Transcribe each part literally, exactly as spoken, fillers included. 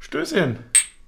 Stößchen.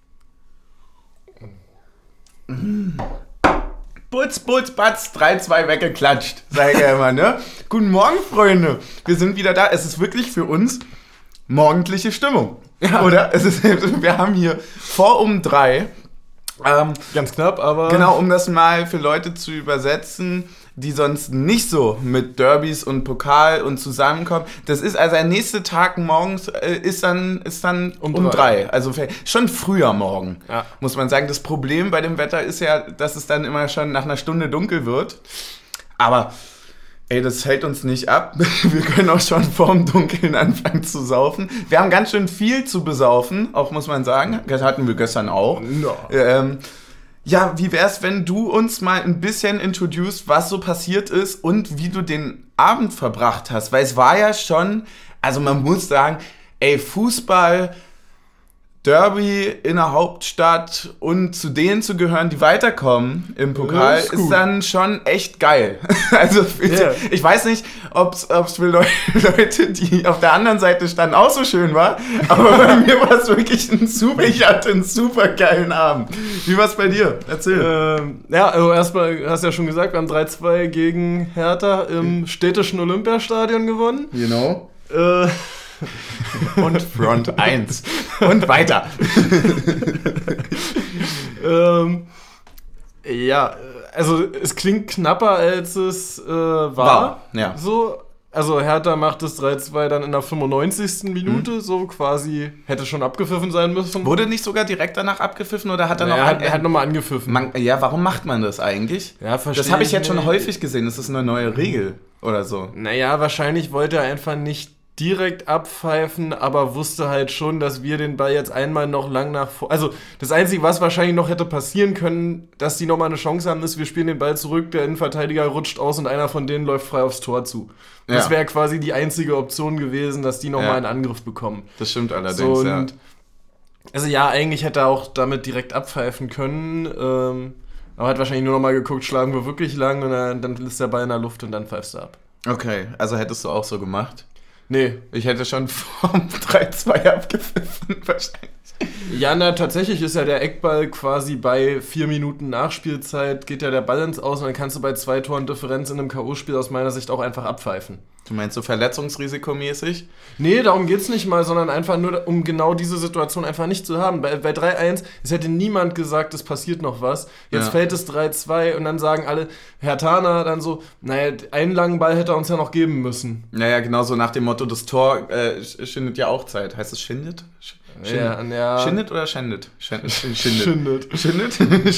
Putz, putz, patz, drei zwei weggeklatscht, sag ich ja immer, ne? Guten Morgen, Freunde. Wir sind wieder da. Es ist wirklich für uns morgendliche Stimmung. Ja. Oder? Es ist, wir haben hier vor um drei. Ähm, Ganz knapp, aber... Genau, um das mal für Leute zu übersetzen, die sonst nicht so mit Derbys und Pokal und zusammenkommen. Das ist also der nächste Tag morgens äh, ist dann, ist dann um, um drei. drei. Also schon früher morgen, ja. Muss man sagen. Das Problem bei dem Wetter ist ja, dass es dann immer schon nach einer Stunde dunkel wird. Aber ey, das hält uns nicht ab. Wir können auch schon vorm Dunkeln anfangen zu saufen. Wir haben ganz schön viel zu besaufen, auch muss man sagen. Das hatten wir gestern auch. No. Ähm, Ja, wie wär's, wenn du uns mal ein bisschen introduced, was so passiert ist und wie du den Abend verbracht hast? Weil es war ja schon, also man muss sagen, ey, Fußball, Derby in der Hauptstadt und zu denen zu gehören, die weiterkommen im Pokal, ist, ist dann schon echt geil. Also yeah. Ich weiß nicht, ob es für Leute, die auf der anderen Seite standen, auch so schön war, aber bei mir war es wirklich ein super, ich hatte einen super geilen Abend. Wie war es bei dir? Erzähl. Ähm, ja, also erstmal hast du ja schon gesagt, wir haben drei zwei gegen Hertha im städtischen Olympiastadion gewonnen. Genau. Äh, und Front eins. Und weiter. ähm, ja, also es klingt knapper, als es äh, war. war. Ja. So, also Hertha macht das drei zwei dann in der fünfundneunzigsten Minute, mhm. so quasi, hätte schon abgepfiffen sein müssen. Wurde nicht sogar direkt danach abgepfiffen oder hat er naja, noch... Er hat, er hat nochmal angepfiffen. Man, ja, warum macht man das eigentlich? Ja, verstehe Das habe ich jetzt nicht. schon häufig gesehen, das ist eine neue Regel oder so. Naja, wahrscheinlich wollte er einfach nicht direkt abpfeifen, aber wusste halt schon, dass wir den Ball jetzt einmal noch lang nach vor... Also das Einzige, was wahrscheinlich noch hätte passieren können, dass die nochmal eine Chance haben, ist, wir spielen den Ball zurück, der Innenverteidiger rutscht aus und einer von denen läuft frei aufs Tor zu. Ja. Das wäre quasi die einzige Option gewesen, dass die nochmal ja. einen Angriff bekommen. Das stimmt allerdings, so, ja. Also ja, eigentlich hätte er auch damit direkt abpfeifen können, ähm, aber hat wahrscheinlich nur nochmal geguckt, schlagen wir wirklich lang und dann, dann ist der Ball in der Luft und dann pfeifst du ab. Okay, also hättest du auch so gemacht? Nee. Ich hätte schon vom drei zwei abgepfiffen, wahrscheinlich. Ja, na, tatsächlich ist ja der Eckball quasi bei vier Minuten Nachspielzeit, geht ja der Ball ins Aus und dann kannst du bei zwei Toren Differenz in einem K O-Spiel aus meiner Sicht auch einfach abpfeifen. Du meinst so verletzungsrisikomäßig? Nee, darum geht's nicht mal, sondern einfach nur, um genau diese Situation einfach nicht zu haben. Bei, bei drei eins, es hätte niemand gesagt, es passiert noch was. Jetzt ja. fällt es drei zwei und dann sagen alle, Herthaner dann so, naja, einen langen Ball hätte er uns ja noch geben müssen. Naja, genau so nach dem Motto, das Tor äh, schindet ja auch Zeit. Heißt es schindet? Schindet, ja, ja. Schindet oder schändet? Schindet. Schindet. Schindet?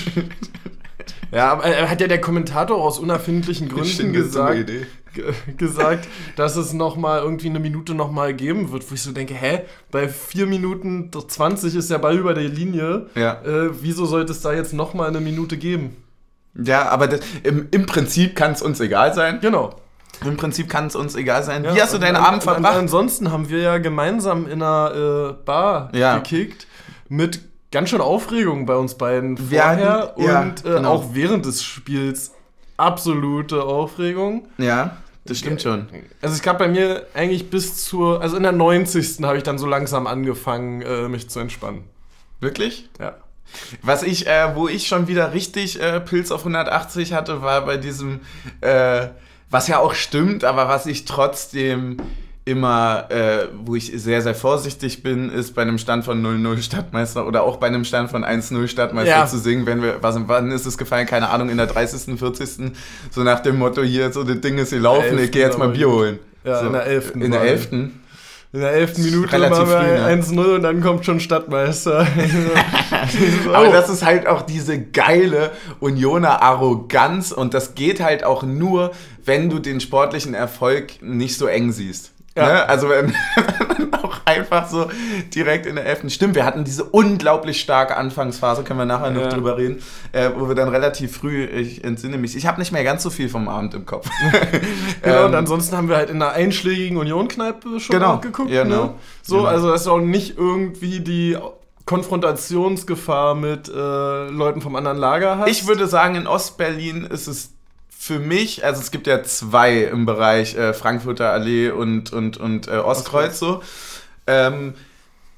Ja, aber er hat ja der Kommentator aus unerfindlichen Gründen gesagt, g- gesagt, dass es nochmal irgendwie eine Minute nochmal geben wird, wo ich so denke, hä, bei vier Minuten zwanzig ist der Ball über der Linie, ja. äh, wieso sollte es da jetzt nochmal eine Minute geben? Ja, aber das, im, im Prinzip kann es uns egal sein. Genau. Im Prinzip kann es uns egal sein. Ja, Wie hast du deinen an, Abend verbracht? An, ansonsten haben wir ja gemeinsam in einer äh, Bar ja. gekickt mit ganz schön Aufregung bei uns beiden vorher hatten, ja, und äh, genau. auch während des Spiels absolute Aufregung. Ja, das stimmt schon. Also es gab bei mir eigentlich bis zur, also in der neunzigsten habe ich dann so langsam angefangen, äh, mich zu entspannen. Wirklich? Ja. Was ich, äh, wo ich schon wieder richtig äh, Pilz auf hundertachtzig hatte, war bei diesem, äh, was ja auch stimmt, aber was ich trotzdem immer, äh, wo ich sehr, sehr vorsichtig bin, ist bei einem Stand von null null Stadtmeister oder auch bei einem Stand von eins null Stadtmeister ja. zu singen, wenn wir, was, wann ist es gefallen, keine Ahnung, in der dreißigsten, vierzigsten so nach dem Motto, hier, so das Ding ist hier laufen, ich gehe jetzt mal Bier holen. Ja, so, in der elften In der elften In der elften Minute relativ machen wir früh, ne? eins null und dann kommt schon Stadtmeister. so. Aber das ist halt auch diese geile Unioner Arroganz und das geht halt auch nur, wenn du den sportlichen Erfolg nicht so eng siehst. Ja. Ne? Also wenn auch einfach so direkt in der elften Stimmt, wir hatten diese unglaublich starke Anfangsphase, können wir nachher noch ja. drüber reden, äh, wo wir dann relativ früh, ich entsinne mich, ich habe nicht mehr ganz so viel vom Abend im Kopf. Genau, ähm, und ansonsten haben wir halt in einer einschlägigen Union-Kneipe schon genau. geguckt. Ja, genau. Ne? So, genau. Also das ist auch nicht irgendwie die Konfrontationsgefahr mit äh, Leuten vom anderen Lager hast. Ich würde sagen, in Ostberlin ist es für mich, also es gibt ja zwei im Bereich äh, Frankfurter Allee und, und, und äh, Ostkreuz so. Ähm,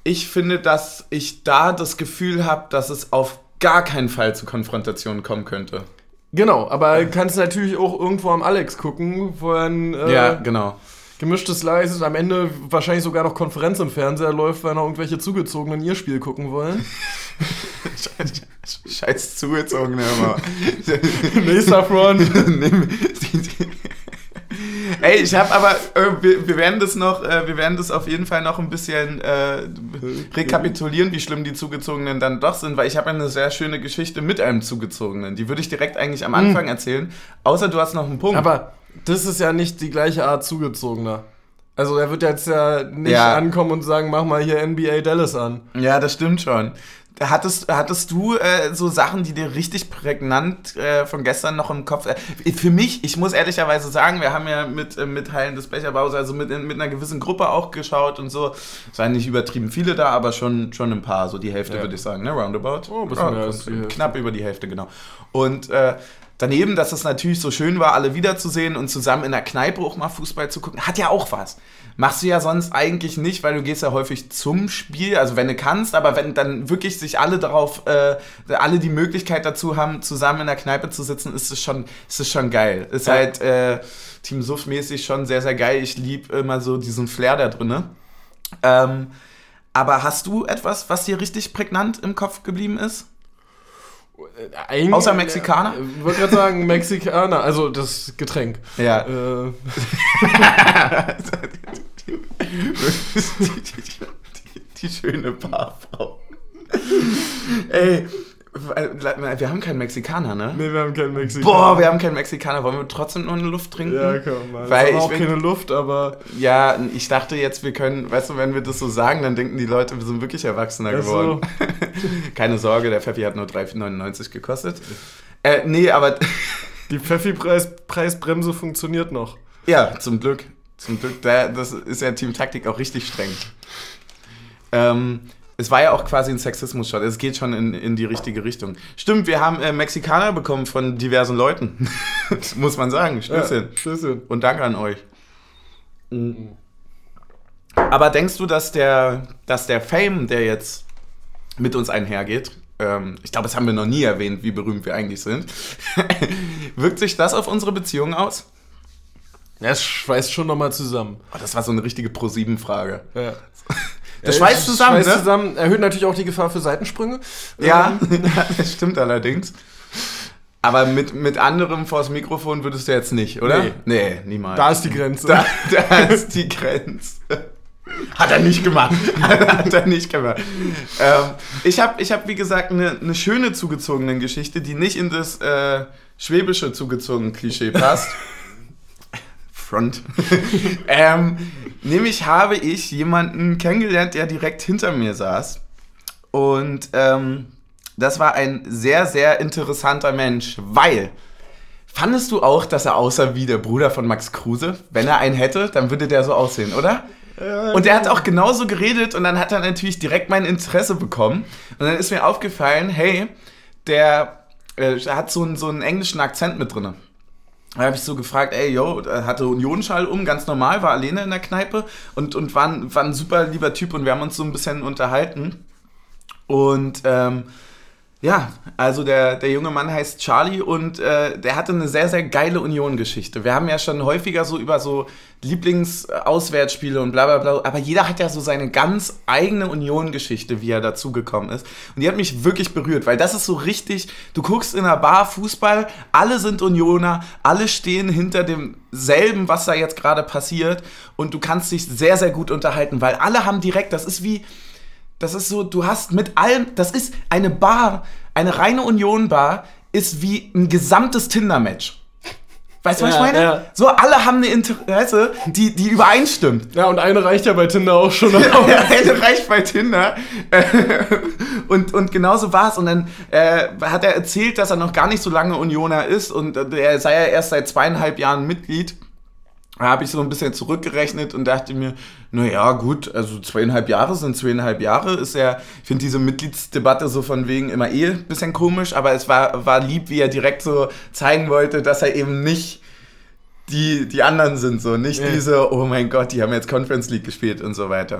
ich finde, dass ich da das Gefühl habe, dass es auf gar keinen Fall zu Konfrontationen kommen könnte. Genau, aber kannst natürlich auch irgendwo am Alex gucken, wo ein äh, ja, genau. gemischtes Leid ist, am Ende wahrscheinlich sogar noch Konferenz im Fernseher läuft, weil noch irgendwelche Zugezogenen ihr Spiel gucken wollen. Scheiß Zugezogene immer. Nächster Front. Ey, ich habe aber, äh, wir, wir werden das noch, äh, wir werden das auf jeden Fall noch ein bisschen äh, rekapitulieren, wie schlimm die Zugezogenen dann doch sind, weil ich habe eine sehr schöne Geschichte mit einem Zugezogenen. Die würde ich direkt eigentlich am Anfang erzählen, außer du hast noch einen Punkt. Aber das ist ja nicht die gleiche Art Zugezogener. Also er wird jetzt ja nicht ja. ankommen und sagen, mach mal hier N B A Dallas an. Ja, das stimmt schon. Hattest, hattest du äh, so Sachen, die dir richtig prägnant äh, von gestern noch im Kopf... Äh, für mich, ich muss ehrlicherweise sagen, wir haben ja mit, äh, mit Heilen des Becherbaus, also mit, mit einer gewissen Gruppe auch geschaut und so. Es waren nicht übertrieben viele da, aber schon, schon ein paar, so die Hälfte, ja. würde ich sagen, ne? Roundabout. Oh, ein bisschen mehr als die Knapp über die Hälfte, genau. Und äh, daneben, dass es natürlich so schön war, alle wiederzusehen und zusammen in der Kneipe auch mal Fußball zu gucken, hat ja auch was. Machst du ja sonst eigentlich nicht, weil du gehst ja häufig zum Spiel, also wenn du kannst, aber wenn dann wirklich sich alle darauf, äh, alle die Möglichkeit dazu haben, zusammen in der Kneipe zu sitzen, ist es schon, ist es schon geil. Ist ja. halt äh, Team Suff-mäßig schon sehr, sehr geil. Ich liebe immer so diesen Flair da drin. Ähm, aber hast du etwas, was dir richtig prägnant im Kopf geblieben ist? Eigentlich, Außer Mexikaner? Ich wollte gerade sagen, Mexikaner, also das Getränk. Ja. Äh. die, die, die, die schöne Barfrau. Ey, wir haben keinen Mexikaner, ne? Nee, wir haben keinen Mexikaner. Boah, wir haben keinen Mexikaner. Wollen wir trotzdem nur eine Luft trinken? Ja, komm mal. Weil ich auch bin, keine Luft, aber... Ja, ich dachte jetzt, wir können... Weißt du, wenn wir das so sagen, dann denken die Leute, wir sind wirklich Erwachsener Ach geworden. So. Keine Sorge, der Pfeffi hat nur drei neunundneunzig gekostet. Äh, nee, aber... Die Pfeffi-Preisbremse funktioniert noch. Ja, zum Glück. Zum Glück. Das ist ja Team Taktik auch richtig streng. Ähm... Es war ja auch quasi ein Sexismus-Shot. Es geht schon in, in die richtige Richtung. Stimmt, wir haben äh, Mexikaner bekommen von diversen Leuten. Muss man sagen. Stößchen. Ja, Stößchen. Und danke an euch. Mhm. Aber denkst du, dass der, dass der Fame, der jetzt mit uns einhergeht, ähm, ich glaube, das haben wir noch nie erwähnt, wie berühmt wir eigentlich sind, wirkt sich das auf unsere Beziehung aus? Ja, es schweißt schon nochmal zusammen. Oh, das war so eine richtige Pro sieben Frage. Ja. Das schweißt zusammen, schweißt ne? zusammen, erhöht natürlich auch die Gefahr für Seitensprünge. Ja, ähm. Das stimmt allerdings. Aber mit, mit anderem vors Mikrofon würdest du jetzt nicht, oder? Nee. Nee, niemals. Da ist die Grenze. Da, da ist die Grenze. Hat er nicht gemacht. Hat er nicht gemacht. Ähm, ich habe, ich hab, wie gesagt, eine ne schöne zugezogene Geschichte, die nicht in das äh, schwäbische zugezogen Klischee passt. Front. ähm, nämlich habe ich jemanden kennengelernt, der direkt hinter mir saß. Und ähm, das war ein sehr, sehr interessanter Mensch, weil... Fandest du auch, dass er aussah wie der Bruder von Max Kruse? Wenn er einen hätte, dann würde der so aussehen, oder? Ja, und er hat auch genauso geredet und dann hat er natürlich direkt mein Interesse bekommen. Und dann ist mir aufgefallen, hey, der äh, hat so einen, so einen englischen Akzent mit drin. Da habe ich so gefragt, ey, yo, er hatte Unionsschal um, ganz normal, war alleine in der Kneipe und, und war, ein, war ein super lieber Typ und wir haben uns so ein bisschen unterhalten. Und ähm, ja, also der, der junge Mann heißt Charlie und äh, der hatte eine sehr, sehr geile Union-Geschichte. Wir haben ja schon häufiger so über so Lieblingsauswärtsspiele und bla bla bla, aber jeder hat ja so seine ganz eigene Union-Geschichte, wie er dazugekommen ist. Und die hat mich wirklich berührt, weil das ist so richtig, du guckst in einer Bar Fußball, alle sind Unioner, alle stehen hinter demselben, was da jetzt gerade passiert und du kannst dich sehr, sehr gut unterhalten, weil alle haben direkt, das ist wie... Das ist so, du hast mit allem, das ist eine Bar, eine reine Union-Bar, ist wie ein gesamtes Tinder-Match. Weißt du, was ja, ich meine? Ja. So, alle haben eine Interesse, die, die übereinstimmt. Ja, und eine reicht ja bei Tinder auch schon. Ja, eine reicht bei Tinder. und, und genauso war es. Und dann äh, hat er erzählt, dass er noch gar nicht so lange Unioner ist und er sei ja erst seit zweieinhalb Jahren Mitglied. Da habe ich so ein bisschen zurückgerechnet und dachte mir, naja, gut, also zweieinhalb Jahre sind zweieinhalb Jahre. Ist ja, ich finde diese Mitgliedsdebatte so von wegen immer eh ein bisschen komisch, aber es war, war lieb, wie er direkt so zeigen wollte, dass er eben nicht die, die anderen sind, so nicht ja. diese, oh mein Gott, die haben jetzt Conference League gespielt und so weiter.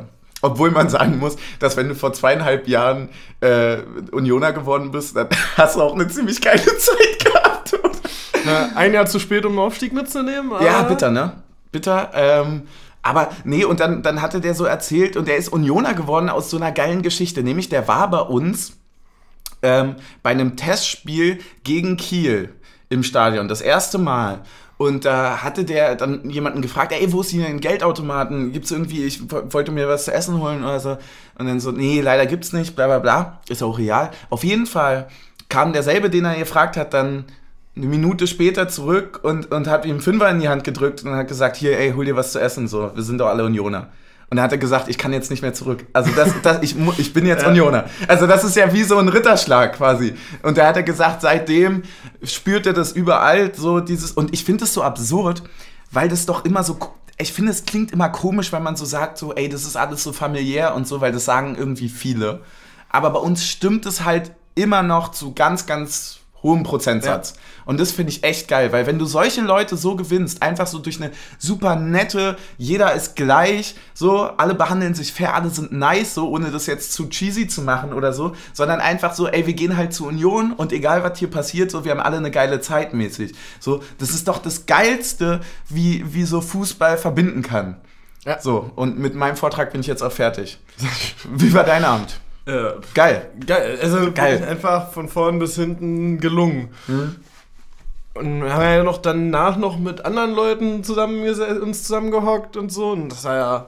Obwohl man sagen muss, dass wenn du vor zweieinhalb Jahren äh, Unioner geworden bist, dann hast du auch eine ziemlich geile Zeit gehabt. Na, ein Jahr zu spät, um den Aufstieg mitzunehmen. Aber ja, bitter, ne? Bitter. Ähm, aber nee, und dann, dann hatte der so erzählt, und der ist Unioner geworden aus so einer geilen Geschichte. Nämlich, der war bei uns ähm, bei einem Testspiel gegen Kiel im Stadion. Das erste Mal. Und da hatte der dann jemanden gefragt, ey, wo ist hier ein Geldautomaten? Gibt's irgendwie, ich wollte mir was zu essen holen oder so. Und dann so, nee, leider gibt's nicht, bla bla bla. Ist auch real. Auf jeden Fall kam derselbe, den er gefragt hat, dann eine Minute später zurück und, und hat ihm einen Fünfer in die Hand gedrückt und hat gesagt, hier, ey, hol dir was zu essen, so, wir sind doch alle Unioner. Und dann hat er gesagt, ich kann jetzt nicht mehr zurück. Also das, das, ich, ich bin jetzt ja. Unioner. Also das ist ja wie so ein Ritterschlag quasi. Und da hat er gesagt, seitdem spürt er das überall, so dieses, und ich finde es so absurd, weil das doch immer so, ich finde, es klingt immer komisch, wenn man so sagt, so, ey, das ist alles so familiär und so, weil das sagen irgendwie viele. Aber bei uns stimmt es halt immer noch zu ganz, ganz hohem Prozentsatz. Ja. Und das finde ich echt geil, weil wenn du solche Leute so gewinnst, einfach so durch eine super nette, jeder ist gleich, so, alle behandeln sich fair, alle sind nice, so, ohne das jetzt zu cheesy zu machen oder so, sondern einfach so, ey, wir gehen halt zur Union und egal, was hier passiert, so, wir haben alle eine geile Zeit mäßig. So, das ist doch das Geilste, wie, wie so Fußball verbinden kann. Ja. So, und mit meinem Vortrag bin ich jetzt auch fertig. Wie war dein Abend? Äh, geil. Geil, also geil. Einfach von vorn bis hinten gelungen. Mhm. Und wir haben ja noch danach noch mit anderen Leuten zusammen uns zusammengehockt und so. Und das war ja...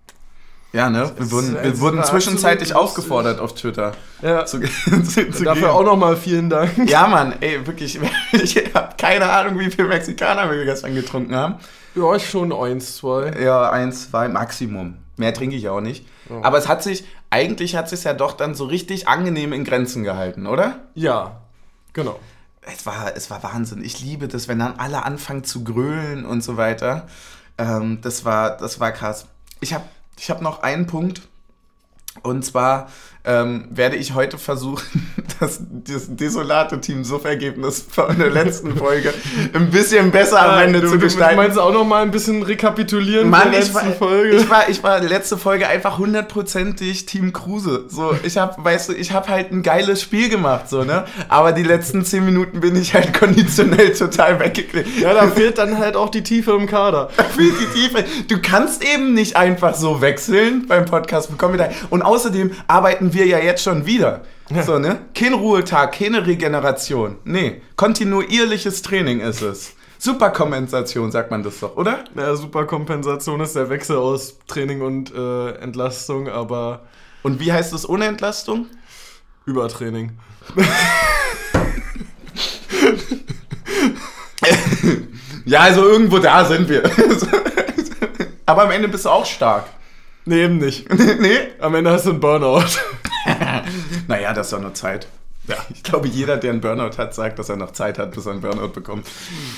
Ja, ne? Wir wurden, wir wurden zwischenzeitlich aufgefordert auf Twitter. Ja. Zu, zu, zu Dafür gehen. Auch nochmal vielen Dank. Ja, Mann, ey, wirklich. Ich habe keine Ahnung, wie viele Mexikaner wir gestern getrunken haben. Ja, schon eins, zwei. Ja, eins, zwei, Maximum. Mehr trinke ich auch nicht. Oh. Aber es hat sich, eigentlich hat es sich ja doch dann so richtig angenehm in Grenzen gehalten, oder? Ja, genau. Es war, es war Wahnsinn. Ich liebe das, wenn dann alle anfangen zu grölen und so weiter. Ähm, das war, das war krass. Ich habe ich hab noch einen Punkt. Und zwar ähm, werde ich heute versuchen, das, das desolate Team-Suff-Ergebnis von der letzten Folge ein bisschen besser am Ende du, zu gestalten. Du meinst auch noch mal ein bisschen rekapitulieren Mann, von der letzten war, Folge? Ich war, ich war letzte Folge einfach hundertprozentig Team Kruse. So, ich habe, weißt du, ich habe halt ein geiles Spiel gemacht, so, ne? Aber die letzten zehn Minuten bin ich halt konditionell total weggeklickt. Ja, da fehlt dann halt auch die Tiefe im Kader. Da fehlt die Tiefe. Du kannst eben nicht einfach so wechseln beim Podcast. Und außerdem arbeiten wir ja jetzt schon wieder. Ja. So, ne? Kein Ruhetag, keine Regeneration. Nee, kontinuierliches Training ist es. Superkompensation, sagt man das doch, oder? Ja, Superkompensation ist der Wechsel aus Training und äh, Entlastung, aber... Und wie heißt es ohne Entlastung? Übertraining. Ja, also irgendwo da sind wir. Aber am Ende bist du auch stark. Nee, eben nicht. Nee? Am Ende hast du einen Burnout. Naja, das ist doch nur Zeit. Ja. Ich glaube, jeder, der einen Burnout hat, sagt, dass er noch Zeit hat, bis er einen Burnout bekommt.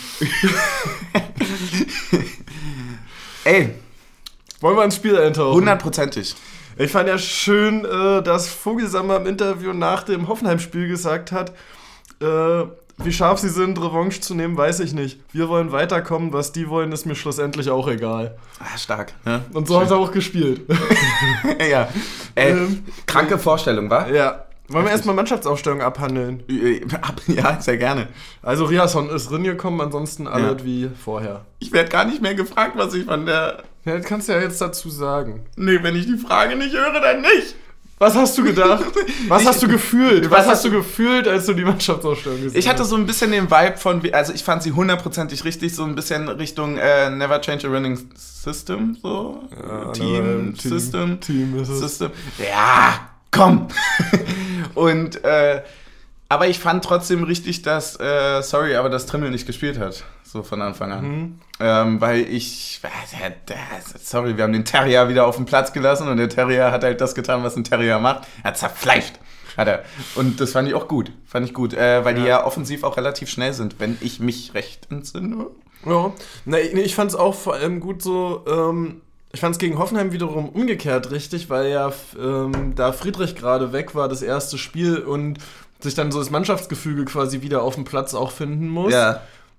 Ey. Wollen wir ins Spiel eintauchen? Hundertprozentig. Ich fand ja schön, dass Vogelsammer im Interview nach dem Hoffenheim-Spiel gesagt hat, äh, wie scharf sie sind, Revanche zu nehmen, weiß ich nicht. Wir wollen weiterkommen, was die wollen, ist mir schlussendlich auch egal. Ah, stark. Ne? Und so Schön. Hat er auch gespielt. Ja. Ey, ähm, kranke Vorstellung, wa? Ja. Wollen wir erstmal Mannschaftsaufstellung abhandeln? Ja, sehr gerne. Also Riasson ist reingekommen, ansonsten alles ja. wie vorher. Ich werde gar nicht mehr gefragt, was ich von der... Ja, das kannst du ja jetzt dazu sagen. Nee, wenn ich die Frage nicht höre, dann nicht. Was hast du gedacht? Was ich, hast du gefühlt? Was, was hast du gefühlt, als du die Mannschaftsaufstellung gesehen hast? Ich hatte so ein bisschen den Vibe von, also ich fand sie hundertprozentig richtig, so ein bisschen Richtung äh, Never Change a Winning System, so. Ja, Team, Team, System. Team ist es. System. Ja, komm! Und, äh, aber ich fand trotzdem richtig, dass, äh, sorry, aber dass Trimmel nicht gespielt hat. So von Anfang an. Mhm. Ähm, weil ich, sorry, wir haben den Terrier wieder auf den Platz gelassen und der Terrier hat halt das getan, was ein Terrier macht. Er hat zerfleischt. Hat er. Und das fand ich auch gut. Fand ich gut, äh, weil ja. die ja offensiv auch relativ schnell sind, wenn ich mich recht entsinne. Ja, nee, ich fand es auch vor allem gut so, ähm, ich fand es gegen Hoffenheim wiederum umgekehrt richtig, weil ja ähm, da Friedrich gerade weg war, das erste Spiel und sich dann so das Mannschaftsgefüge quasi wieder auf dem Platz auch finden muss. Ja.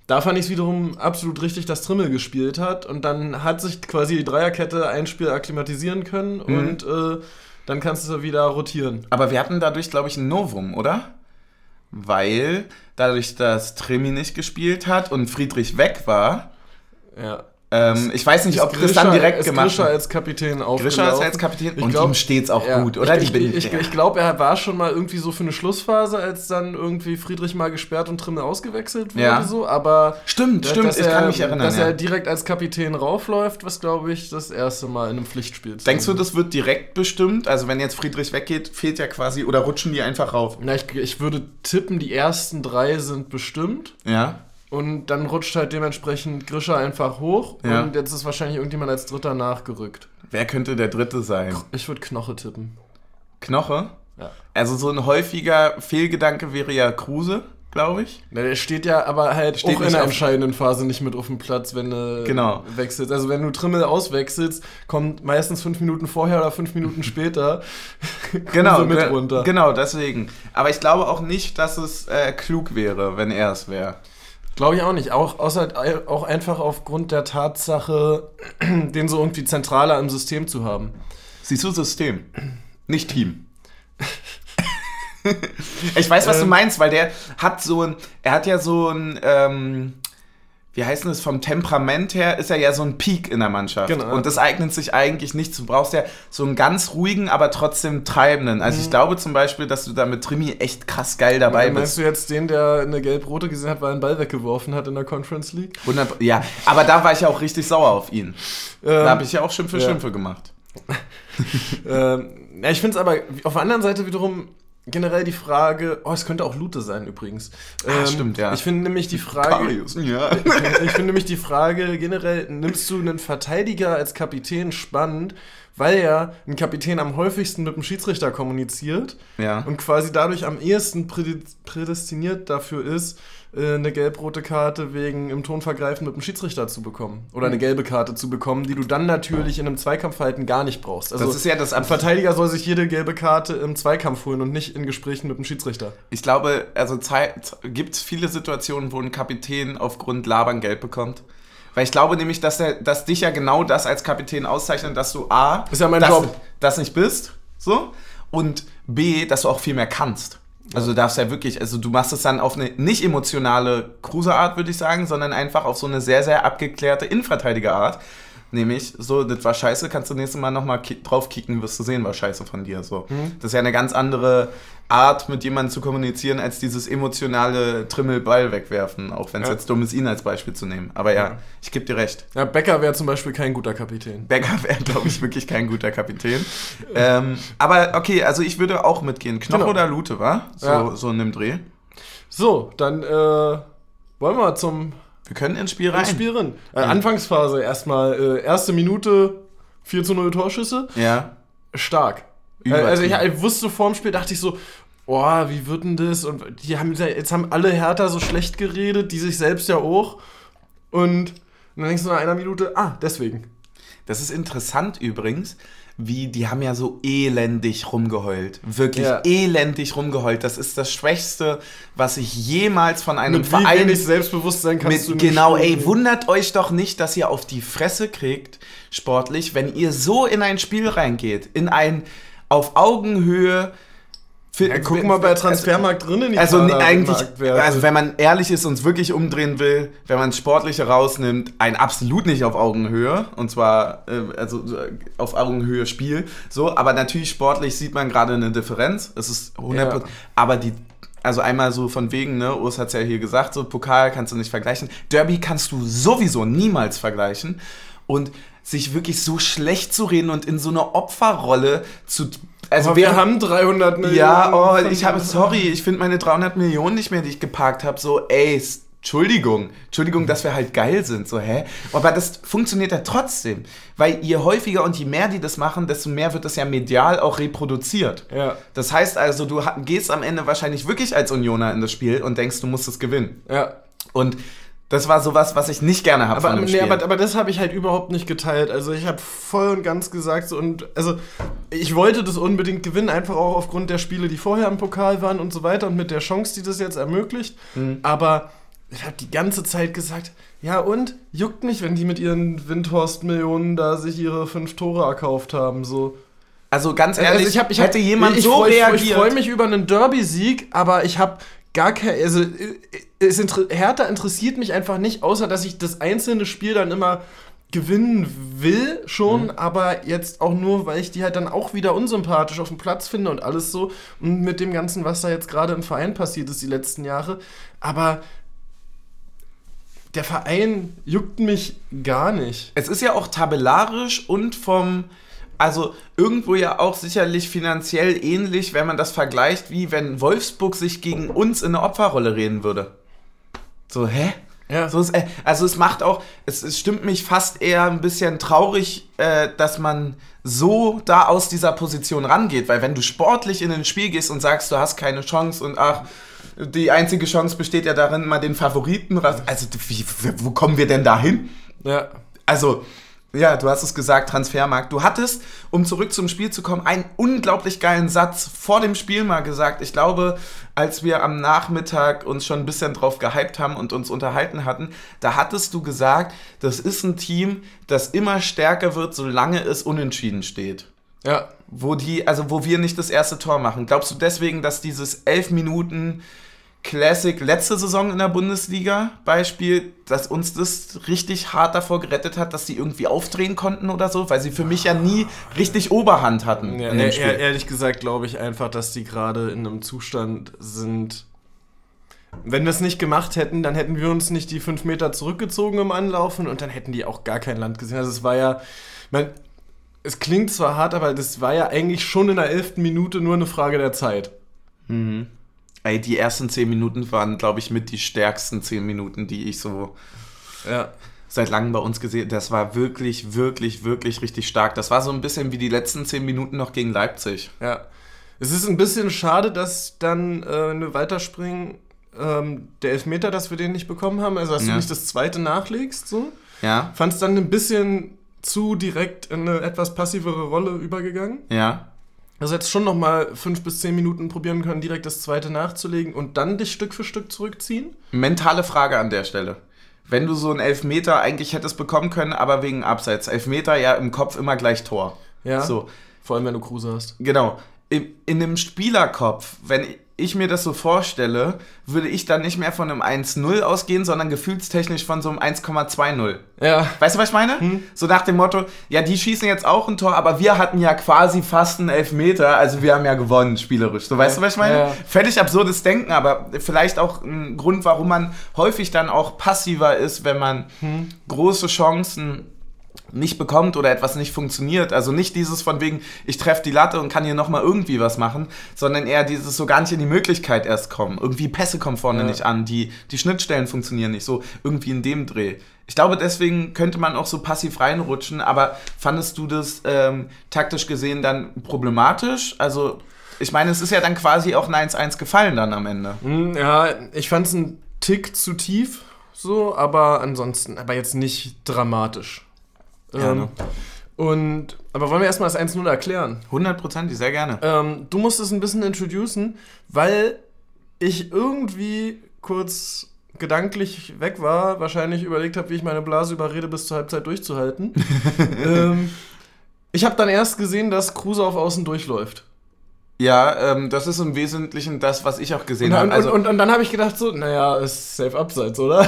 Da fand ich es wiederum absolut richtig, dass Trimmel gespielt hat und dann hat sich quasi die Dreierkette ein Spiel akklimatisieren können mhm. und äh, dann kannst du wieder rotieren. Aber wir hatten dadurch, glaube ich, ein Novum, oder? Weil dadurch, dass Trimi nicht gespielt hat und Friedrich weg war, ja. Ähm, ich weiß nicht, ob Grisha, das dann direkt gemacht wird. Grisha als Kapitän aufgelaufen. Grisha ist als Kapitän ich und glaub, ihm steht's auch ja, gut, oder? Ich, ich, ich, ich glaube, er war schon mal irgendwie so für eine Schlussphase, als dann irgendwie Friedrich mal gesperrt und Trimmel ausgewechselt wurde, ja. so. Aber stimmt, dass, stimmt, dass ich er, kann mich erinnern. Dass ja. er direkt als Kapitän raufläuft, was, glaube ich, das erste Mal in einem Pflichtspiel ist. Denkst du, das wird direkt bestimmt? Also wenn jetzt Friedrich weggeht, fehlt ja quasi, oder rutschen die einfach rauf? Na, ich, ich würde tippen, die ersten drei sind bestimmt. Ja. Und dann rutscht halt dementsprechend Grisha einfach hoch ja. und jetzt ist wahrscheinlich irgendjemand als Dritter nachgerückt. Wer könnte der Dritte sein? Ich würde Knoche tippen. Knoche? Ja. Also so ein häufiger Fehlgedanke wäre ja Kruse, glaube ich. Na, der steht ja aber halt steht auch in der entscheidenden Phase nicht mit auf dem Platz, wenn du genau. wechselst. Also wenn du Trimmel auswechselst, kommt meistens fünf Minuten vorher oder fünf Minuten später genau, mit ge- runter. Genau, deswegen. Aber ich glaube auch nicht, dass es äh, klug wäre, wenn er es wäre. Glaube ich auch nicht. Auch, außer, auch einfach aufgrund der Tatsache, den so irgendwie zentraler im System zu haben. Siehst du System, nicht Team. Ich weiß, was ähm, du meinst, weil der hat so ein, er hat ja so ein, ähm, wie heißt denn das, vom Temperament her ist er ja so ein Peak in der Mannschaft. Genau. Und das eignet sich eigentlich nicht. Du brauchst ja so einen ganz ruhigen, aber trotzdem treibenden. Also mhm. ich glaube zum Beispiel, dass du da mit Trimi echt krass geil dabei ja, bist. Meinst du jetzt den, der eine Gelb-Rote gesehen hat, weil er einen Ball weggeworfen hat in der Conference League? hundert Ja, aber da war ich ja auch richtig sauer auf ihn. Ähm, da habe ich ja auch Schimpfe, ja. Schimpfe gemacht. ähm, ja, ich finde es aber auf der anderen Seite wiederum generell die Frage, oh, es könnte auch Lute sein übrigens. Ähm, ah, stimmt, ja. Ich finde nämlich die Frage, Karius, ja. ich finde nämlich die Frage generell, nimmst du einen Verteidiger als Kapitän spannend, weil ja ein Kapitän am häufigsten mit dem Schiedsrichter kommuniziert ja. und quasi dadurch am ehesten prädestiniert dafür ist, eine gelb-rote Karte wegen im Tonvergreifen mit dem Schiedsrichter zu bekommen. Oder eine gelbe Karte zu bekommen, die du dann natürlich in einem Zweikampfverhalten gar nicht brauchst. Also das ist ja das ein Verteidiger soll sich jede gelbe Karte im Zweikampf holen und nicht in Gesprächen mit dem Schiedsrichter. Ich glaube, also gibt es viele Situationen, wo ein Kapitän aufgrund Labern gelb bekommt. Weil ich glaube nämlich, dass, der, dass dich ja genau das als Kapitän auszeichnet, dass du A, ist ja mein das, Job. das nicht bist, so, und B, dass du auch viel mehr kannst. Also du darfst ja wirklich, also du machst es dann auf eine nicht emotionale Kruse-Art, würde ich sagen, sondern einfach auf so eine sehr, sehr abgeklärte Innenverteidiger-Art. Nämlich, so, das war scheiße, kannst du nächstes Mal nochmal ki- drauf kicken, wirst du sehen, war scheiße von dir. So. Mhm. Das ist ja eine ganz andere Art, mit jemandem zu kommunizieren, als dieses emotionale Trimmel-Ball wegwerfen, auch wenn es ja. jetzt dumm ist, ihn als Beispiel zu nehmen. Aber ja, ja. ich gebe dir recht. Ja, Becker wäre zum Beispiel kein guter Kapitän. Becker wäre, glaube ich, wirklich kein guter Kapitän. ähm, aber okay, also ich würde auch mitgehen. Knoche genau. oder Lute, wa? So, ja. so in dem Dreh. So, dann äh, wollen wir zum... Wir können ins Spiel rein. Ins Spiel rein. Äh, mhm. Anfangsphase erstmal, äh, erste Minute, vier zu null Torschüsse. Ja. Stark. Äh, also ich, ich wusste vor dem Spiel, dachte ich so, oh, wie wird denn das? Und die haben, jetzt haben alle Hertha so schlecht geredet, die sich selbst ja auch. Und dann denkst du nach einer Minute, ah, deswegen. Das ist interessant übrigens, wie, die haben ja so elendig rumgeheult. Wirklich ja. elendig rumgeheult. Das ist das Schwächste, was ich jemals von einem mit Verein... Wie wenig Selbstbewusstsein kannst mit, du nicht Genau, spielen. ey, wundert euch doch nicht, dass ihr auf die Fresse kriegt, sportlich, wenn ihr so in ein Spiel reingeht. In ein auf Augenhöhe... Ja, guck mal bei Transfermarkt drin in die Also nee, eigentlich, also wenn man ehrlich ist und es wirklich umdrehen will, wenn man Sportliche rausnimmt, ein absolut nicht auf Augenhöhe, und zwar äh, also auf Augenhöhe Spiel, so, aber natürlich sportlich sieht man gerade eine Differenz, es ist hundert Prozent, ja. aber die, also einmal so von wegen, ne, Urs hat's ja hier gesagt, so Pokal kannst du nicht vergleichen, Derby kannst du sowieso niemals vergleichen und sich wirklich so schlecht zu reden und in so eine Opferrolle zu... Also aber wir, wir haben dreihundert Millionen. Ja, oh, ich habe, sorry, ich finde meine dreihundert Millionen nicht mehr, die ich geparkt habe, so, ey, Entschuldigung, Entschuldigung, dass wir halt geil sind, so, hä? Aber das funktioniert ja trotzdem, weil je häufiger und je mehr die das machen, desto mehr wird das ja medial auch reproduziert. Ja. Das heißt also, du gehst am Ende wahrscheinlich wirklich als Unioner in das Spiel und denkst, du musst es gewinnen. Ja. Und das war sowas, was ich nicht gerne habe von dem nee, Spiel. Aber, aber das habe ich halt überhaupt nicht geteilt. Also ich habe voll und ganz gesagt, so, und also ich wollte das unbedingt gewinnen, einfach auch aufgrund der Spiele, die vorher im Pokal waren und so weiter und mit der Chance, die das jetzt ermöglicht. Mhm. Aber ich habe die ganze Zeit gesagt, ja und? Juckt mich, wenn die mit ihren Windhorst-Millionen da sich ihre fünf Tore erkauft haben, so. Also ganz ehrlich, also ich hab, ich hätte hab, jemand ich so freu, reagiert. Ich freue mich über einen Derby-Sieg, aber ich habe gar kein, also es inter, Hertha interessiert mich einfach nicht, außer dass ich das einzelne Spiel dann immer gewinnen will schon, mhm. aber jetzt auch nur, weil ich die halt dann auch wieder unsympathisch auf dem Platz finde und alles so und mit dem Ganzen, was da jetzt gerade im Verein passiert ist die letzten Jahre, aber der Verein juckt mich gar nicht. Es ist ja auch tabellarisch und vom, also irgendwo ja auch sicherlich finanziell ähnlich, wenn man das vergleicht, wie wenn Wolfsburg sich gegen uns in eine Opferrolle reden würde. So, hä? Ja. So ist, also es macht auch, es, es stimmt mich fast eher ein bisschen traurig, äh, dass man so da aus dieser Position rangeht, weil wenn du sportlich in ein Spiel gehst und sagst, du hast keine Chance und ach, die einzige Chance besteht ja darin, mal den Favoriten, also wie, wo kommen wir denn da hin? Ja. Also, ja, du hast es gesagt, Transfermarkt. Du hattest, um zurück zum Spiel zu kommen, einen unglaublich geilen Satz vor dem Spiel mal gesagt. Ich glaube, als wir am Nachmittag uns schon ein bisschen drauf gehypt haben und uns unterhalten hatten, da hattest du gesagt, das ist ein Team, das immer stärker wird, solange es unentschieden steht. Ja. Wo die, also wo wir nicht das erste Tor machen. Glaubst du deswegen, dass dieses elf Minuten Classic letzte Saison in der Bundesliga Beispiel, dass uns das richtig hart davor gerettet hat, dass sie irgendwie aufdrehen konnten oder so? Weil sie für mich ja nie richtig Oberhand hatten. Ja, in dem Spiel. Ehr, ehrlich gesagt glaube ich einfach, dass die gerade in einem Zustand sind. Wenn wir es nicht gemacht hätten, dann hätten wir uns nicht die fünf Meter zurückgezogen im Anlaufen und dann hätten die auch gar kein Land gesehen. Also es war ja, man, es klingt zwar hart, aber das war ja eigentlich schon in der elften Minute nur eine Frage der Zeit. Mhm. Ey, die ersten zehn Minuten waren, glaube ich, mit die stärksten zehn Minuten, die ich so ja. seit langem bei uns gesehen habe. Das war wirklich, wirklich, wirklich richtig stark. Das war so ein bisschen wie die letzten zehn Minuten noch gegen Leipzig. Ja. Es ist ein bisschen schade, dass dann, äh, wenn wir weiterspringen, ähm, der Elfmeter, dass wir den nicht bekommen haben, also dass ja. du nicht das zweite nachlegst, so. Ja. Fand es dann ein bisschen zu direkt in eine etwas passivere Rolle übergegangen. Ja. Also jetzt schon nochmal fünf bis zehn Minuten probieren können, direkt das zweite nachzulegen und dann dich Stück für Stück zurückziehen? Mentale Frage an der Stelle. Wenn du so einen Elfmeter eigentlich hättest bekommen können, aber wegen Abseits. Elfmeter ja im Kopf immer gleich Tor. Ja, so. Vor allem, wenn du Kruse hast. Genau. In, in einem Spielerkopf, wenn ich mir das so vorstelle, würde ich dann nicht mehr von einem eins null ausgehen, sondern gefühlstechnisch von so einem eins Komma zwei null. Ja. Weißt du, was ich meine? Hm. So nach dem Motto, ja, die schießen jetzt auch ein Tor, aber wir hatten ja quasi fast einen Elfmeter, also wir haben ja gewonnen, spielerisch. So, weißt ja. du, was ich meine? Ja. Völlig absurdes Denken, aber vielleicht auch ein Grund, warum man häufig dann auch passiver ist, wenn man hm. große Chancen nicht bekommt oder etwas nicht funktioniert. Also nicht dieses von wegen, ich treffe die Latte und kann hier nochmal irgendwie was machen, sondern eher dieses so gar nicht in die Möglichkeit erst kommen. Irgendwie Pässe kommen vorne ja. nicht an, die, die Schnittstellen funktionieren nicht so, irgendwie in dem Dreh. Ich glaube, deswegen könnte man auch so passiv reinrutschen, aber fandest du das ähm, taktisch gesehen dann problematisch? Also ich meine, es ist ja dann quasi auch ein eins eins gefallen dann am Ende. Ja, ich fand es einen Tick zu tief, so, aber ansonsten, aber jetzt nicht dramatisch. Ja, ähm, und, aber wollen wir erstmal das eins null erklären? hundertprozentig, sehr gerne. Ähm, du musst es ein bisschen introducen, weil ich irgendwie kurz gedanklich weg war, wahrscheinlich überlegt habe, wie ich meine Blase überrede, bis zur Halbzeit durchzuhalten. ähm, ich habe dann erst gesehen, dass Kruse auf Außen durchläuft. Ja, ähm, das ist im Wesentlichen das, was ich auch gesehen und, habe. Also, und, und, und dann habe ich gedacht so, naja, ist safe abseits, oder?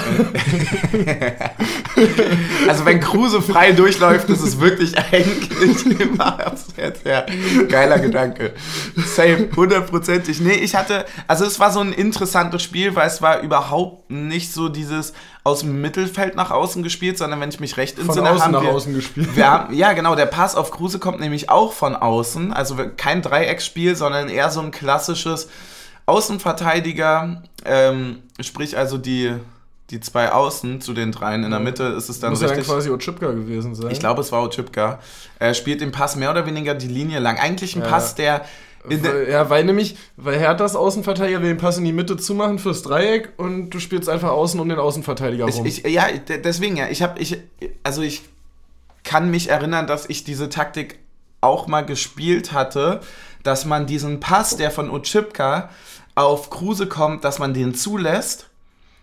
Also wenn Kruse frei durchläuft, ist es wirklich eigentlich immer abseits. Ja, geiler Gedanke. Safe, hundertprozentig. Nee, ich hatte, also es war so ein interessantes Spiel, weil es war überhaupt nicht so dieses aus dem Mittelfeld nach außen gespielt, sondern wenn ich mich recht entsinne, von außen haben nach wir, außen gespielt. Wir haben, ja, genau, der Pass auf Kruse kommt nämlich auch von außen, also kein Dreiecksspiel, sondern eher so ein klassisches Außenverteidiger, ähm, sprich also die, die zwei Außen zu den dreien in der Mitte ist es dann Muss richtig. Muss ja dann quasi Oczipka gewesen sein. Ich glaube, es war Oczipka. Er spielt den Pass mehr oder weniger die Linie lang. Eigentlich ein ja. Pass, der Ja, weil nämlich, weil Herthas Außenverteidiger will den Pass in die Mitte zumachen fürs Dreieck und du spielst einfach außen um den Außenverteidiger rum. Ich, ich, ja, deswegen ja. Ich habe, ich, also ich kann mich erinnern, dass ich diese Taktik auch mal gespielt hatte, dass man diesen Pass, der von Oczipka auf Kruse kommt, dass man den zulässt,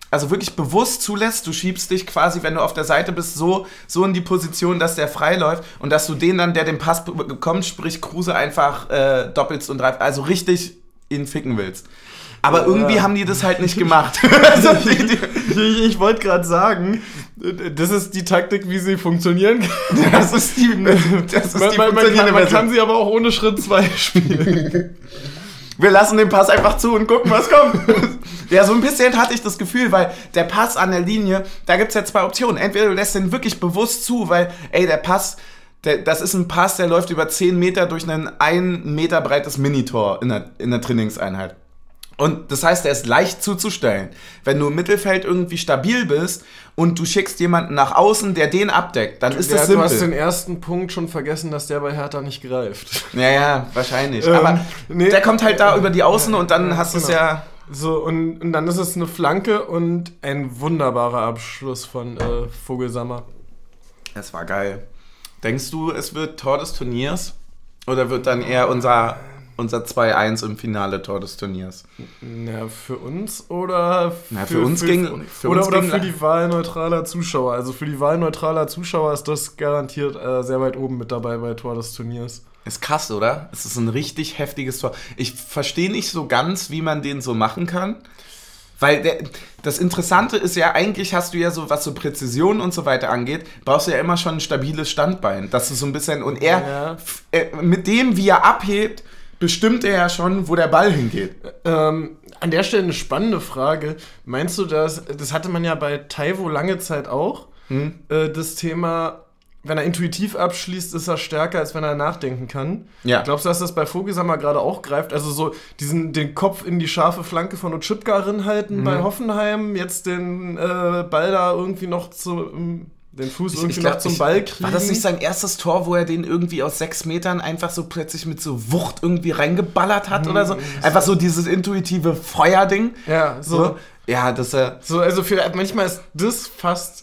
also wirklich bewusst zulässt, du schiebst dich quasi, wenn du auf der Seite bist, so, so in die Position, dass der frei läuft und dass du den dann, der den Pass bekommt, sprich Kruse, einfach äh, doppelst und dreifach, also richtig ihn ficken willst. Aber irgendwie ja. haben die das halt nicht gemacht. also die, die, ich ich wollte gerade sagen, das ist die Taktik, wie sie funktionieren kann. Das ist die, das ist man, die man, man, kann, man kann sie aber auch ohne Schritt zwei spielen. Wir lassen den Pass einfach zu und gucken, was kommt. Ja, so ein bisschen hatte ich das Gefühl, weil der Pass an der Linie, da gibt es ja zwei Optionen. Entweder du lässt den wirklich bewusst zu, weil, ey, der Pass, der, das ist ein Pass, der läuft über zehn Meter durch ein ein Meter breites Minitor in der, in der Trainingseinheit. Und das heißt, der ist leicht zuzustellen. Wenn du im Mittelfeld irgendwie stabil bist und du schickst jemanden nach außen, der den abdeckt, dann ist ja, das simpel. Du hast den ersten Punkt schon vergessen, dass der bei Hertha nicht greift. Ja, ja, wahrscheinlich. Ähm, Aber nee, der kommt halt da über die Außen und dann hast du genau. es ja... So, und, und dann ist es eine Flanke und ein wunderbarer Abschluss von äh, Vogelsammer. Das war geil. Denkst du, es wird Tor des Turniers? Oder wird dann eher unser... Unser zwei eins im Finale Tor des Turniers. Na, für uns oder für, Na, für uns für, ging für oder, uns oder ging für die Wahl neutraler Zuschauer. Also für die Wahl neutraler Zuschauer ist das garantiert äh, sehr weit oben mit dabei bei Tor des Turniers. Ist krass, oder? Es ist ein richtig heftiges Tor. Ich verstehe nicht so ganz, wie man den so machen kann. Weil der, das Interessante ist ja, eigentlich hast du ja so, was so Präzision und so weiter angeht, brauchst du ja immer schon ein stabiles Standbein. Dass du so ein bisschen, und er, ja. f- äh, mit dem, wie er abhebt, bestimmt er ja schon, wo der Ball hingeht. Ähm, an der Stelle eine spannende Frage. Meinst du, dass, das hatte man ja bei Taiwo lange Zeit auch, hm? äh, das Thema, wenn er intuitiv abschließt, ist er stärker, als wenn er nachdenken kann. Ja. Glaubst du, dass das bei Vogelsammer gerade auch greift? Also so diesen, den Kopf in die scharfe Flanke von Otschipka rinhalten mhm. bei Hoffenheim, jetzt den äh, Ball da irgendwie noch zu... Um, den Fuß ich, irgendwie ich glaub, noch zum ich, Ball kriegen. War das nicht sein erstes Tor, wo er den irgendwie aus sechs Metern einfach so plötzlich mit so Wucht irgendwie reingeballert hat hm, oder so? Einfach so dieses intuitive Feuerding. Ja, so. so. Ja, das äh so, also für, manchmal ist das fast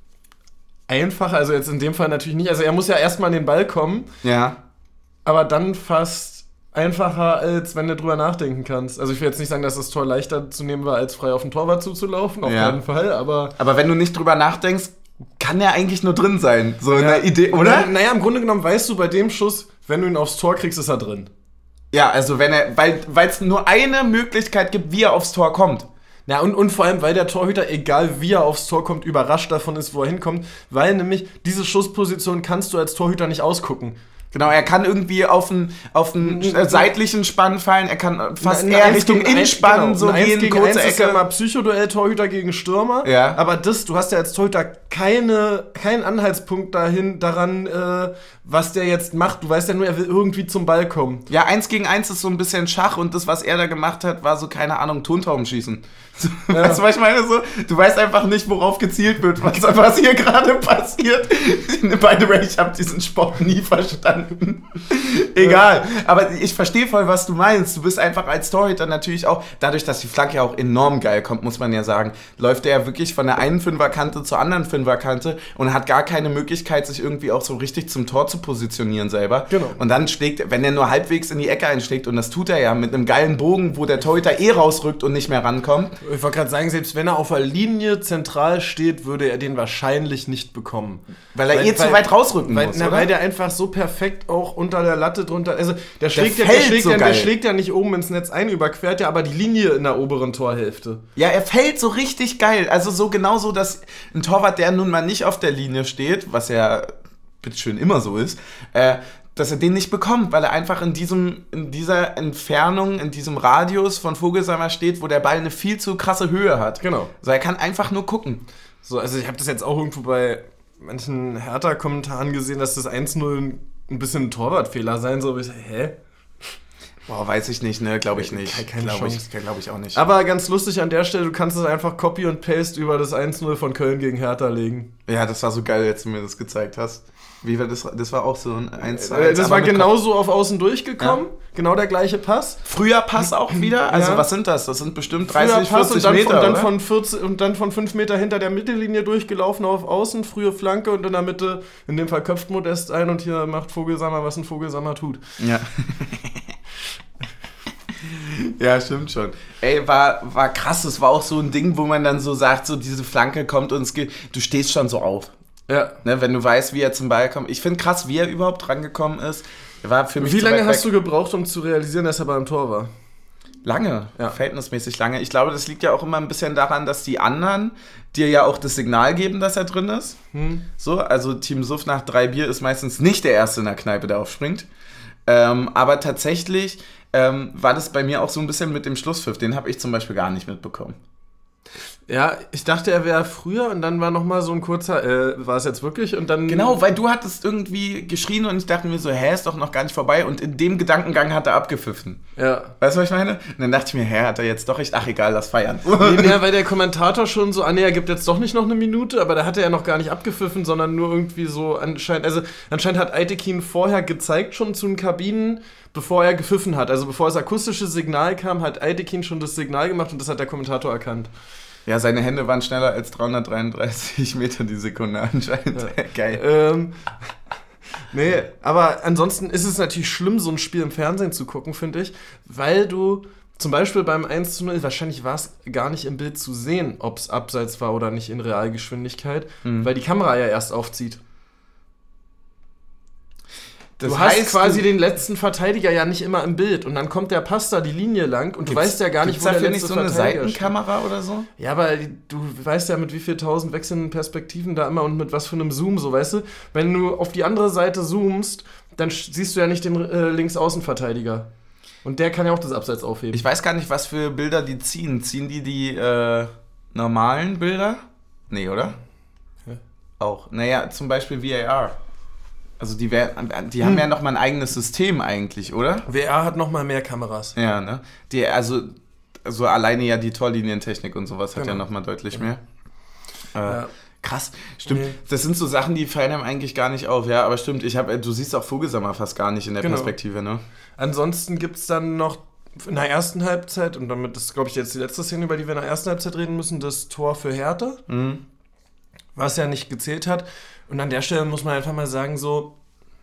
einfacher, also jetzt in dem Fall natürlich nicht. Also er muss ja erstmal an den Ball kommen. Ja. Aber dann fast einfacher, als wenn du drüber nachdenken kannst. Also ich will jetzt nicht sagen, dass das Tor leichter zu nehmen war, als frei auf den Torwart zuzulaufen, auf ja. keinen Fall, aber... Aber wenn du nicht drüber nachdenkst, kann der eigentlich nur drin sein, so ja. eine Idee, oder? Na, naja, im Grunde genommen weißt du bei dem Schuss, wenn du ihn aufs Tor kriegst, ist er drin. Ja, also wenn er, weil es nur eine Möglichkeit gibt, wie er aufs Tor kommt. Ja, und, und vor allem, weil der Torhüter, egal wie er aufs Tor kommt, überrascht davon ist, wo er hinkommt, weil nämlich diese Schussposition kannst du als Torhüter nicht ausgucken. Genau, er kann irgendwie auf einen auf einen äh, seitlichen Spann fallen, er kann fast na, eher na, Richtung Innspann genau, so gehen, gegen kurze Ecke. Ist ja mal Psychoduell Torhüter gegen Stürmer, ja. aber das, du hast ja als Torhüter keine, keinen Anhaltspunkt dahin, daran, äh, was der jetzt macht. Du weißt ja nur, er will irgendwie zum Ball kommen. Ja, eins gegen eins ist so ein bisschen Schach und das, was er da gemacht hat, war so, keine Ahnung, Tontauben schießen. So, ja. Weißt du, was ich meine? So, du weißt einfach nicht, worauf gezielt wird, was, was hier gerade passiert. By the way, ich habe diesen Sport nie verstanden. Egal. Aber ich verstehe voll, was du meinst. Du bist einfach als Torhüter natürlich auch, dadurch, dass die Flanke ja auch enorm geil kommt, muss man ja sagen, läuft er ja wirklich von der einen Fünferkante zur anderen Fünferkante und hat gar keine Möglichkeit, sich irgendwie auch so richtig zum Tor zu positionieren selber. Genau. Und dann schlägt, wenn er nur halbwegs in die Ecke einschlägt, und das tut er ja mit einem geilen Bogen, wo der Torhüter eh rausrückt und nicht mehr rankommt. Ich wollte gerade sagen, selbst wenn er auf der Linie zentral steht, würde er den wahrscheinlich nicht bekommen. Weil er weil, eh weil, zu weit rausrücken weil, muss, na, oder? Weil der einfach so perfekt auch unter der Latte drunter, also der schlägt, der ja, der, schlägt so ja, der schlägt ja nicht oben ins Netz ein, überquert ja aber die Linie in der oberen Torhälfte. Ja, er fällt so richtig geil. Also so genauso, dass ein Torwart, der nun mal nicht auf der Linie steht, was ja bitteschön immer so ist, äh, dass er den nicht bekommt, weil er einfach in diesem, in dieser Entfernung, in diesem Radius von Vogelsammer steht, wo der Ball eine viel zu krasse Höhe hat. Genau. So, er kann einfach nur gucken. So, also ich habe das jetzt auch irgendwo bei manchen Hertha-Kommentaren gesehen, dass das eins null ein bisschen ein Torwartfehler sein soll. Ich, hä? Boah, weiß ich nicht, ne? Glaube ich nicht. Keine, keine Glaube Chance. ich, glaub ich auch nicht. Aber ganz lustig an der Stelle, du kannst es einfach Copy und Paste über das eins null von Köln gegen Hertha legen. Ja, das war so geil, als du mir das gezeigt hast. Wie war das? Das war auch so ein eins zu eins. Das war genauso auf Außen durchgekommen. Ja. Genau der gleiche Pass. Früher Pass auch wieder? Also ja. Was sind das? Das sind bestimmt dreißig, Pass vierzig und dann Meter, von, dann oder? Von vierzig, und dann von fünf Meter hinter der Mittellinie durchgelaufen auf Außen. Frühe Flanke und in der Mitte, in dem Fall köpft Modest ein und hier macht Vogelsammer, was ein Vogelsammer tut. Ja. Ja, stimmt schon. Ey, war, war krass. Das war auch so ein Ding, wo man dann so sagt, so diese Flanke kommt und es geht, du stehst schon so auf. Ja. Ne, wenn du weißt, wie er zum Ball kommt. Ich finde krass, wie er überhaupt rangekommen ist. War für mich wie lange hast du gebraucht, um zu realisieren, dass er beim Tor war? Lange, ja. Verhältnismäßig lange. Ich glaube, das liegt ja auch immer ein bisschen daran, dass die anderen dir ja auch das Signal geben, dass er drin ist. Hm. So, also Team Suff nach drei Bier ist meistens nicht der Erste in der Kneipe, der aufspringt. Ähm, aber tatsächlich ähm, war das bei mir auch so ein bisschen mit dem Schlusspfiff. Den habe ich zum Beispiel gar nicht mitbekommen. Ja, ich dachte, er wäre früher und dann war nochmal so ein kurzer, äh, war es jetzt wirklich? Und dann genau, weil du hattest irgendwie geschrien und ich dachte mir so, hä, ist doch noch gar nicht vorbei und in dem Gedankengang hat er abgepfiffen. Ja. Weißt du, was ich meine? Und dann dachte ich mir, hä, hat er jetzt doch echt, ach egal, lass feiern. Nee, nee, weil der Kommentator schon so, ah nee, er gibt jetzt doch nicht noch eine Minute, aber da hat er ja noch gar nicht abgepfiffen, sondern nur irgendwie so anscheinend, also anscheinend hat Aytekin vorher gezeigt schon zu den Kabinen, bevor er gepfiffen hat. Also bevor das akustische Signal kam, hat Aytekin schon das Signal gemacht und das hat der Kommentator erkannt. Ja, seine Hände waren schneller als dreihundertdreiunddreißig Meter die Sekunde anscheinend. Ja. Geil. Ähm, nee, aber ansonsten ist es natürlich schlimm, so ein Spiel im Fernsehen zu gucken, finde ich, weil du zum Beispiel beim eins zu null, wahrscheinlich war es gar nicht im Bild zu sehen, ob es abseits war oder nicht in Realgeschwindigkeit, mhm. weil die Kamera ja erst aufzieht. Das du heißt, hast quasi den letzten Verteidiger ja nicht immer im Bild und dann kommt der Pass da die Linie lang und du weißt ja gar nicht, wo der letzte nicht so eine Seitenkamera oder so? Ja, aber du weißt ja, mit wie viel tausend wechselnden Perspektiven da immer und mit was für einem Zoom, so weißt du. Wenn du auf die andere Seite zoomst, dann siehst du ja nicht den äh, Linksaußenverteidiger. Und der kann ja auch das Abseits aufheben. Ich weiß gar nicht, was für Bilder die ziehen. Ziehen die die äh, normalen Bilder? Nee, oder? Ja. Auch. Naja, zum Beispiel V A R. Also die, wär, die haben hm. ja nochmal ein eigenes System eigentlich, oder? V A R hat nochmal mehr Kameras. Ja, ne? Die, also, also alleine ja die Torlinientechnik und sowas hat genau. ja nochmal deutlich ja. mehr. Äh, ja. Krass, stimmt. Nee. Das sind so Sachen, die fallen einem eigentlich gar nicht auf. Ja, aber stimmt, ich hab, du siehst auch Vogelsammer fast gar nicht in der genau. Perspektive, ne? Ansonsten gibt es dann noch in der ersten Halbzeit, und damit ist, glaube ich, jetzt die letzte Szene, über die wir in der ersten Halbzeit reden müssen, das Tor für Hertha, mhm. was ja nicht gezählt hat. Und an der Stelle muss man einfach mal sagen, so,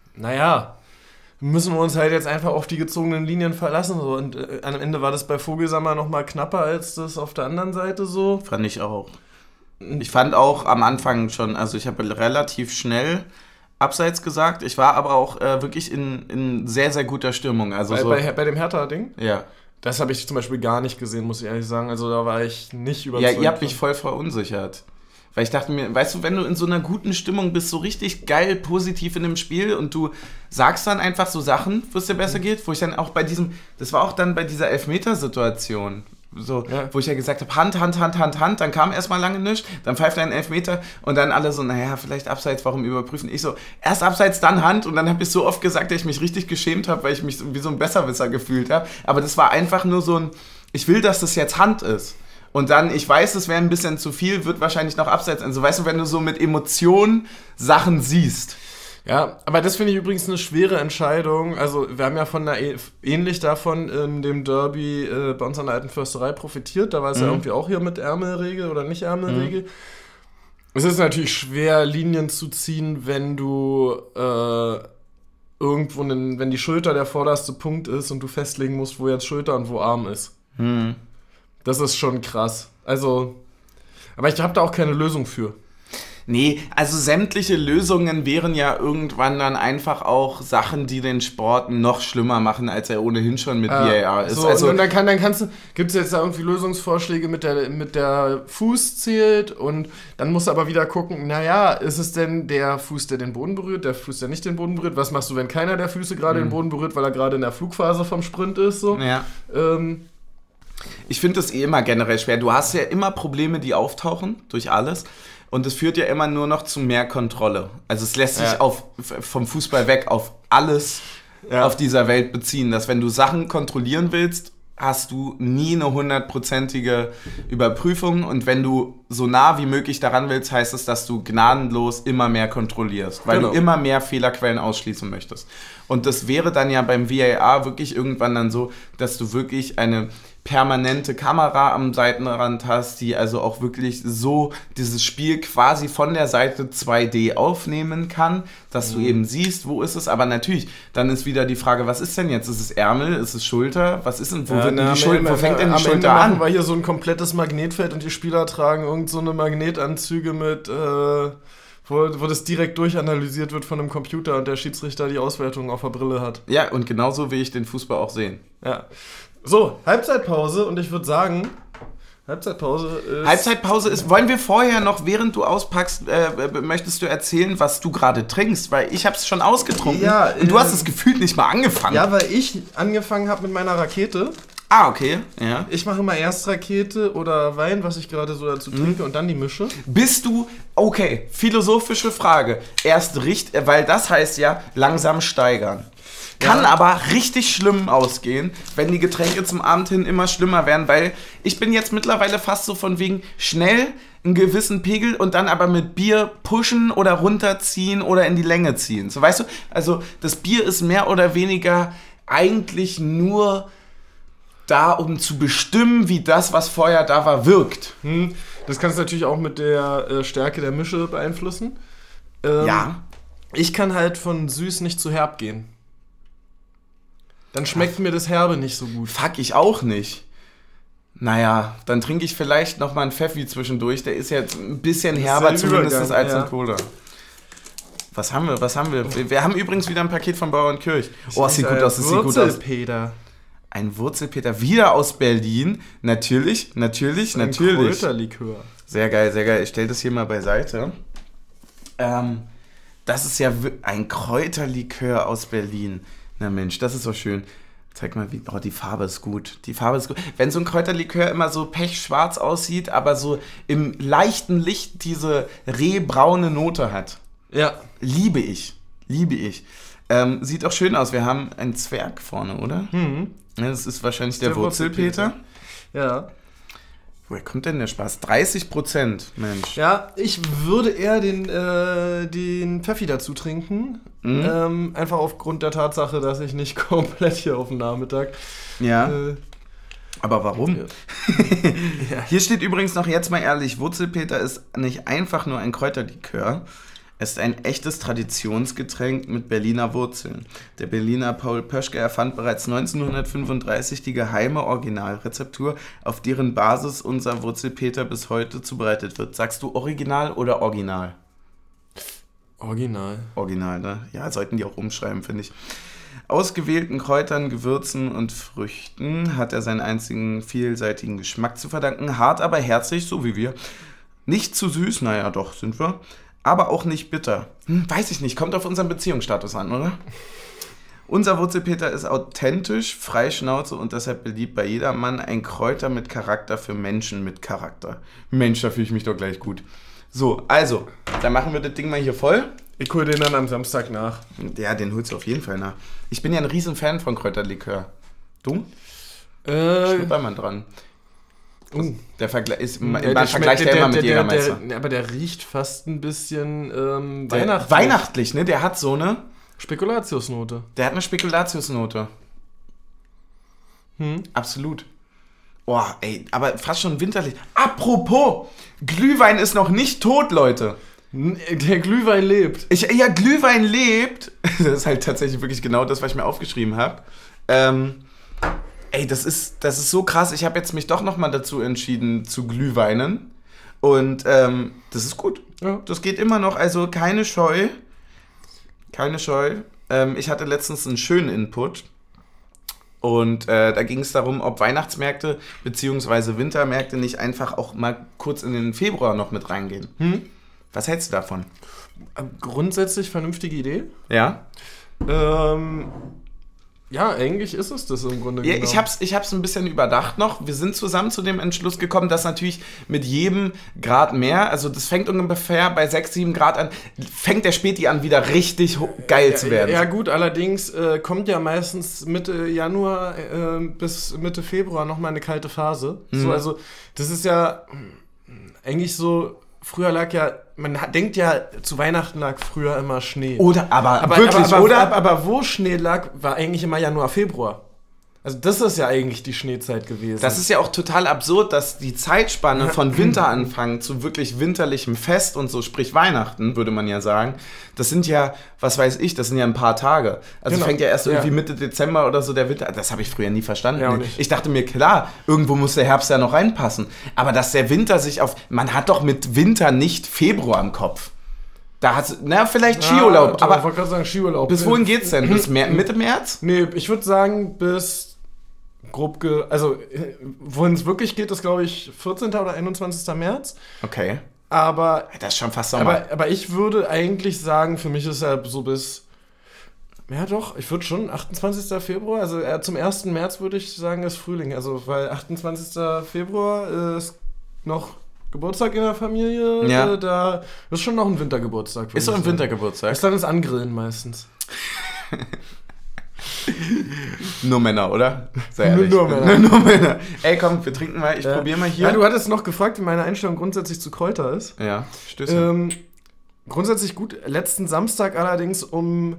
naja, müssen wir uns halt jetzt einfach auf die gezogenen Linien verlassen. So. Und äh, am Ende war das bei Vogelsammer noch mal knapper als das auf der anderen Seite so. Fand ich auch. Ich fand auch am Anfang schon, also ich habe relativ schnell Abseits gesagt. Ich war aber auch äh, wirklich in, in sehr, sehr guter Stimmung. Also bei, so, bei, bei dem Hertha-Ding? Ja. Das habe ich zum Beispiel gar nicht gesehen, muss ich ehrlich sagen. Also da war ich nicht überzeugt. Ja, ihr habt mich voll verunsichert. Weil ich dachte mir, weißt du, wenn du in so einer guten Stimmung bist, so richtig geil, positiv in dem Spiel und du sagst dann einfach so Sachen, wo es dir besser geht, wo ich dann auch bei diesem, das war auch dann bei dieser Elfmeter-Situation, so, ja. wo ich ja gesagt habe, Hand, Hand, Hand, Hand, Hand, dann kam erstmal lange nichts, dann pfeift er einen Elfmeter und dann alle so, naja, vielleicht Abseits, warum überprüfen? Ich so, erst Abseits, dann Hand und dann habe ich so oft gesagt, dass ich mich richtig geschämt habe, weil ich mich wie so ein Besserwisser gefühlt habe, aber das war einfach nur so ein, ich will, dass das jetzt Hand ist. Und dann, ich weiß, es wäre ein bisschen zu viel, wird wahrscheinlich noch Abseits. Also weißt du, wenn du so mit Emotionen Sachen siehst. Ja, aber das finde ich übrigens eine schwere Entscheidung. Also wir haben ja von einer, ähnlich davon in dem Derby äh, bei uns an der Alten Försterei profitiert. Da war es mhm. ja irgendwie auch hier mit Ärmelregel oder nicht Ärmelregel. Mhm. Es ist natürlich schwer, Linien zu ziehen, wenn du äh, irgendwo, einen, wenn die Schulter der vorderste Punkt ist und du festlegen musst, wo jetzt Schulter und wo Arm ist. Mhm. Das ist schon krass. Also, aber ich habe da auch keine Lösung für. Nee, also sämtliche Lösungen wären ja irgendwann dann einfach auch Sachen, die den Sport noch schlimmer machen, als er ohnehin schon mit äh, V A R ist. So, also, und dann, kann, dann kannst du, gibt es jetzt da irgendwie Lösungsvorschläge mit der, mit der Fuß zählt und dann musst du aber wieder gucken, naja, ist es denn der Fuß, der den Boden berührt, der Fuß, der nicht den Boden berührt? Was machst du, wenn keiner der Füße gerade mhm. den Boden berührt, weil er gerade in der Flugphase vom Sprint ist? So? Ja. Ähm, Ich finde das eh immer generell schwer. Du hast ja immer Probleme, die auftauchen durch alles. Und es führt ja immer nur noch zu mehr Kontrolle. Also es lässt sich ja. auf, vom Fußball weg auf alles ja. auf dieser Welt beziehen. Dass wenn du Sachen kontrollieren willst, hast du nie eine hundertprozentige Überprüfung. Und wenn du so nah wie möglich daran willst, heißt es, dass du gnadenlos immer mehr kontrollierst. Weil genau. du immer mehr Fehlerquellen ausschließen möchtest. Und das wäre dann ja beim V A R wirklich irgendwann dann so, dass du wirklich eine permanente Kamera am Seitenrand hast, die also auch wirklich so dieses Spiel quasi von der Seite zwei D aufnehmen kann, dass mhm. du eben siehst, wo ist es. Aber natürlich, dann ist wieder die Frage, was ist denn jetzt? Ist es Ärmel? Ist es Schulter? Was ist denn? Wo, ja, wird na, die Schul- wo fängt denn die Schulter Ende an? machen wir hier so ein komplettes Magnetfeld und die Spieler tragen irgend so eine Magnetanzüge mit, äh, wo, wo das direkt durchanalysiert wird von einem Computer und der Schiedsrichter die Auswertung auf der Brille hat. Ja, und genauso will ich den Fußball auch sehen. Ja. So, Halbzeitpause und ich würde sagen, Halbzeitpause ist... Halbzeitpause ist, wollen wir vorher noch, während du auspackst, äh, möchtest du erzählen, was du gerade trinkst? Weil ich habe es schon ausgetrunken ja, und du äh, hast es gefühlt nicht mal angefangen. Ja, weil ich angefangen habe mit meiner Rakete. Ah, okay, ja. Ich mache immer erst Rakete oder Wein, was ich gerade so dazu trinke, mhm. und dann die mische. Bist du, okay, philosophische Frage, erst richtig, weil das heißt ja langsam steigern. Kann ja. aber richtig schlimm ausgehen, wenn die Getränke zum Abend hin immer schlimmer werden, weil ich bin jetzt mittlerweile fast so von wegen schnell einen gewissen Pegel und dann aber mit Bier pushen oder runterziehen oder in die Länge ziehen. So, weißt du, also das Bier ist mehr oder weniger eigentlich nur da, um zu bestimmen, wie das, was vorher da war, wirkt. Hm. Das kannst du natürlich auch mit der äh, Stärke der Mische beeinflussen. Ähm, ja. Ich kann halt von süß nicht zu herb gehen. Dann schmeckt Ach. mir das Herbe nicht so gut. Fuck, ich auch nicht. Naja, dann trinke ich vielleicht noch mal einen Pfeffi zwischendurch. Der ist jetzt ein bisschen herber zumindest als ja. ein Cola. Was haben wir, was haben wir? Wir haben übrigens wieder ein Paket von Bauer und Kirch. Oh, es sieht gut aus, es sieht gut aus. Wurzelpeter. Ein Wurzelpeter, wieder aus Berlin. Natürlich, natürlich, ein natürlich. Ein Kräuterlikör. Sehr geil, sehr geil. Ich stelle das hier mal beiseite. Ähm, das ist ja ein Kräuterlikör aus Berlin. Na Mensch, das ist so schön. Zeig mal, wie, oh, die Farbe ist gut. Die Farbe ist gut. Wenn so ein Kräuterlikör immer so pechschwarz aussieht, aber so im leichten Licht diese rehbraune Note hat. Ja. Liebe ich. Liebe ich. Ähm, sieht auch schön aus. Wir haben einen Zwerg vorne, oder? Mhm. Ja, das ist wahrscheinlich der, der Wurzelpeter. Ja. Woher kommt denn der Spaß? dreißig Prozent, Mensch. Ja, ich würde eher den, äh, den Pfeffi dazu trinken. Mhm. Ähm, einfach aufgrund der Tatsache, dass ich nicht komplett hier auf dem Nachmittag... Ja. Äh, Aber warum? Ja. Ja. Hier steht übrigens noch jetzt mal ehrlich, Wurzelpeter ist nicht einfach nur ein Kräuterlikör. Es ist ein echtes Traditionsgetränk mit Berliner Wurzeln. Der Berliner Paul Pöschke erfand bereits neunzehnhundertfünfunddreißig die geheime Originalrezeptur, auf deren Basis unser Wurzelpeter bis heute zubereitet wird. Sagst du Original oder Original? Original. Original, ne? Ja, sollten die auch umschreiben, finde ich. Ausgewählten Kräutern, Gewürzen und Früchten hat er seinen einzigen vielseitigen Geschmack zu verdanken. Hart, aber herzlich, so wie wir. Nicht zu süß, naja, doch, sind wir. Aber auch nicht bitter. Hm, weiß ich nicht, kommt auf unseren Beziehungsstatus an, oder? Unser Wurzelpeter ist authentisch, Freischnauze und deshalb beliebt bei jedermann. Ein Kräuter mit Charakter für Menschen mit Charakter. Mensch, da fühle ich mich doch gleich gut. So, also, dann machen wir das Ding mal hier voll. Ich hole den dann am Samstag nach. Ja, den holst du auf jeden Fall nach. Ich bin ja ein riesen Fan von Kräuterlikör. Du? Äh... Schnupper mal dran. Uh. Der Vergleich ist, ja, man der vergleicht schmeckt, ja immer der, mit der, Jägermeister. Der, der, aber der riecht fast ein bisschen ähm, der, weihnachtlich. Weihnachtlich, ne? Der hat so eine... Spekulatiusnote. Der hat eine Spekulatiusnote. Hm. Absolut. Boah, ey, aber fast schon winterlich. Apropos, Glühwein ist noch nicht tot, Leute. Der Glühwein lebt. Ich, ja, Glühwein lebt. Das ist halt tatsächlich wirklich genau das, was ich mir aufgeschrieben habe. Ähm... Ey, das ist, das ist so krass. Ich habe jetzt mich doch nochmal dazu entschieden, zu Glühweinen. Und ähm, das ist gut. Ja. Das geht immer noch. Also keine Scheu. Keine Scheu. Ähm, ich hatte letztens einen schönen Input. Und äh, da ging es darum, ob Weihnachtsmärkte bzw. Wintermärkte nicht einfach auch mal kurz in den Februar noch mit reingehen. Hm? Was hältst du davon? Grundsätzlich vernünftige Idee. Ja. Ähm... Ja, eigentlich ist es das im Grunde ja, genommen. Ich hab's, ich hab's ein bisschen überdacht noch. Wir sind zusammen zu dem Entschluss gekommen, dass natürlich mit jedem Grad mehr, also das fängt ungefähr bei sechs, sieben Grad an, fängt der Späti an, wieder richtig geil ja, zu werden. Ja gut, allerdings äh, kommt ja meistens Mitte Januar äh, bis Mitte Februar nochmal eine kalte Phase. Mhm. So, also das ist ja eigentlich so... Früher lag ja, man denkt ja, zu Weihnachten lag früher immer Schnee. Oder, aber, aber wirklich, aber, aber, oder? Aber, aber, aber wo Schnee lag, war eigentlich immer Januar, Februar. Also das ist ja eigentlich die Schneezeit gewesen. Das ist ja auch total absurd, dass die Zeitspanne von Winteranfang zu wirklich winterlichem Fest und so, sprich Weihnachten, würde man ja sagen, das sind ja, was weiß ich, das sind ja ein paar Tage. Also genau. Fängt ja erst irgendwie ja. Mitte Dezember oder so der Winter, das habe ich früher nie verstanden. Ja, ich dachte mir, klar, irgendwo muss der Herbst ja noch reinpassen. Aber dass der Winter sich auf, man hat doch mit Winter nicht Februar im Kopf. Da hast du, na, vielleicht ja, Skiurlaub, aber ich wollte gerade sagen, Skiurlaub. Bis wohin geht's denn? Bis Mer- Mitte März? Nee, ich würde sagen, bis grob, ge- also wohin es wirklich geht, ist, glaube ich, vierzehnten oder einundzwanzigsten März. Okay. Aber das ist schon fast Sommer. Aber, aber ich würde eigentlich sagen, für mich ist er so bis, ja doch, ich würde schon achtundzwanzigsten Februar, also äh, zum ersten März würde ich sagen, ist Frühling. Also, weil achtundzwanzigsten Februar ist noch Geburtstag in der Familie, ja. äh, da ist schon noch ein Wintergeburtstag. Ist so ein Wintergeburtstag? Ist dann das Angrillen meistens. Nur Männer, oder? Sei ehrlich. Nur Männer. Nur Männer. Ey, komm, wir trinken mal. Ich ja. probiere mal hier. Ja, du hattest noch gefragt, wie meine Einstellung grundsätzlich zu Kräuter ist. Ja, Stößchen. Ähm, grundsätzlich gut. Letzten Samstag allerdings um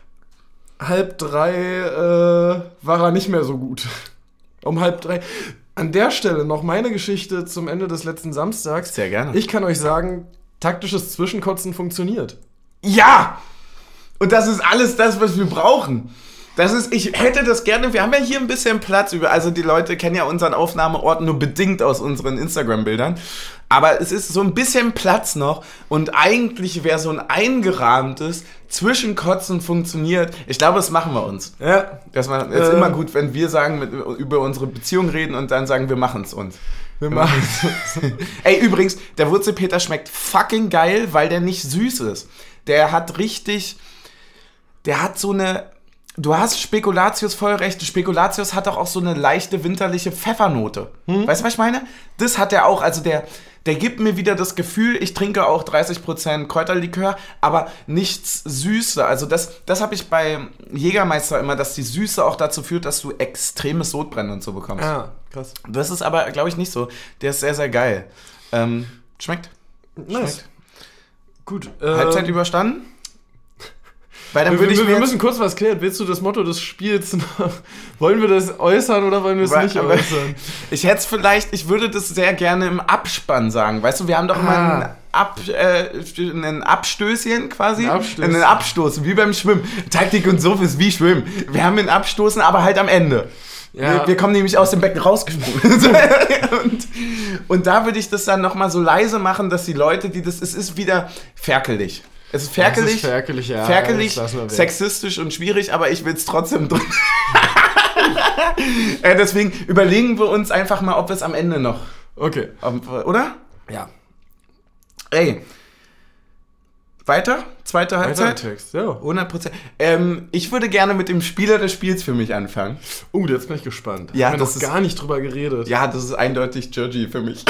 halb drei äh, war er nicht mehr so gut. Um halb drei. An der Stelle noch meine Geschichte zum Ende des letzten Samstags. Sehr gerne. Ich kann euch sagen, taktisches Zwischenkotzen funktioniert. Ja! Und das ist alles das, was wir brauchen. Das ist, ich hätte das gerne, wir haben ja hier ein bisschen Platz, über, also die Leute kennen ja unseren Aufnahmeort nur bedingt aus unseren Instagram-Bildern, aber es ist so ein bisschen Platz noch und eigentlich wäre so ein eingerahmtes Zwischenkotzen funktioniert. Ich glaube, das machen wir uns. Ja. Das ist äh, immer gut, wenn wir sagen, mit, über unsere Beziehung reden und dann sagen, wir machen es uns. Wir machen es uns. Ey, übrigens, der Wurzelpeter schmeckt fucking geil, weil der nicht süß ist. Der hat richtig, der hat so eine... Du hast Spekulatius voll recht. Spekulatius hat doch auch so eine leichte winterliche Pfeffernote. Hm? Weißt du, was ich meine? Das hat er auch. Also der, der gibt mir wieder das Gefühl, ich trinke auch dreißig Prozent Kräuterlikör, aber nichts Süße. Also das, das habe ich bei Jägermeister immer, dass die Süße auch dazu führt, dass du extremes Sodbrennen und so bekommst. Ah, krass. Das ist aber, glaube ich, nicht so. Der ist sehr, sehr geil. Ähm, schmeckt. Nice. Schmeckt. Gut. Halbzeit ähm, überstanden? Weil dann wir, würde ich wir, wir müssen kurz was klären. Willst du das Motto des Spiels noch, wollen wir das äußern oder wollen wir es nicht äußern? Ich hätte es vielleicht, ich würde das sehr gerne im Abspann sagen. Weißt du, wir haben doch ah. immer ein, Ab, äh, ein Abstößchen quasi. Ein Abstößen. Ein Abstoßen, wie beim Schwimmen. Taktik und Suff ist wie Schwimmen. Wir haben ein Abstoßen, aber halt am Ende. Ja. Wir, wir kommen nämlich aus dem Becken rausgesprungen. und, und da würde ich das dann nochmal so leise machen, dass die Leute, die das, es ist wieder ferkelig. Es ist ferkelig, ist ferkelig, ja, ferkelig sexistisch und schwierig, aber ich will es trotzdem drin. äh, deswegen überlegen wir uns einfach mal, ob wir es am Ende noch. Okay. Oder? Ja. Ey. Weiter? Zweite Halbzeit? Text, ja. hundert Prozent. Ähm, ich würde gerne mit dem Spieler des Spiels für mich anfangen. Oh, uh, jetzt bin ich gespannt. Ja, haben wir noch ist, gar nicht drüber geredet. Ja, das ist eindeutig Georgie für mich.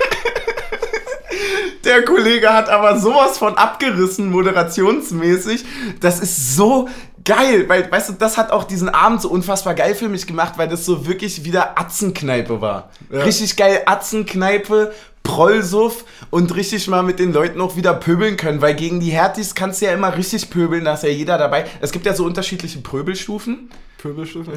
Der Kollege hat aber sowas von abgerissen, moderationsmäßig. Das ist so geil, weil, weißt du, das hat auch diesen Abend so unfassbar geil für mich gemacht, weil das so wirklich wieder Atzenkneipe war. Ja. Richtig geil Atzenkneipe, Prollsuff und richtig mal mit den Leuten auch wieder pöbeln können, weil gegen die Hertis kannst du ja immer richtig pöbeln, da ist ja jeder dabei. Es gibt ja so unterschiedliche Pöbelstufen. Pöbelstufen?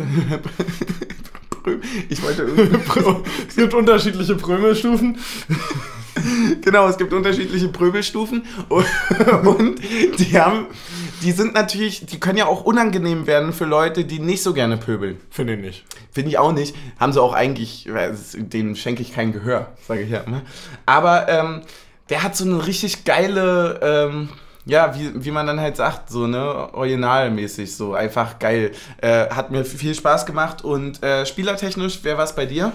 Ich wollte irgendwie... Es gibt unterschiedliche Prömelstufen. Genau, es gibt unterschiedliche Pröbelstufen und, und die haben, die sind natürlich, die können ja auch unangenehm werden für Leute, die nicht so gerne pöbeln. Finde ich nicht. Finde ich auch nicht. Haben sie auch eigentlich, denen schenke ich kein Gehör, sage ich ja immer. Aber ähm, der hat so eine richtig geile, ähm, ja, wie, wie man dann halt sagt, so, ne, originalmäßig, so einfach geil. Äh, hat mir viel Spaß gemacht und äh, spielertechnisch, wer war es bei dir?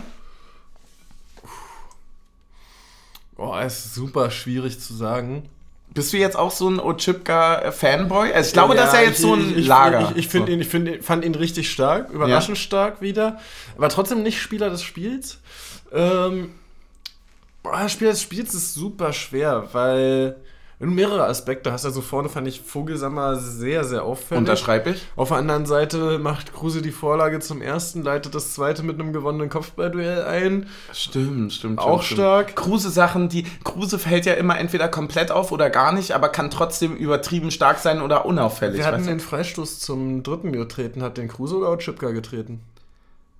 Oh, es ist super schwierig zu sagen. Bist du jetzt auch so ein Otschipka-Fanboy? Also ich glaube, ja, dass er jetzt ich, so ein ich, Lager... Ich, ich, find so. ihn, ich find, fand ihn richtig stark, überraschend ja. stark wieder. Aber trotzdem nicht Spieler des Spiels. Ähm, boah, Spieler des Spiels ist super schwer, weil... In mehrere Aspekte hast. Also vorne fand ich Vogelsammer sehr, sehr auffällig. Unterschreibe ich. Auf der anderen Seite macht Kruse die Vorlage zum ersten, leitet das zweite mit einem gewonnenen Kopfballduell ein. Stimmt, stimmt. Auch stimmt, stark. Kruse-Sachen, die... Kruse fällt ja immer entweder komplett auf oder gar nicht, aber kann trotzdem übertrieben stark sein oder unauffällig. Wer hat denn den Freistoß zum dritten getreten? Hat den Kruse oder Otschipka getreten?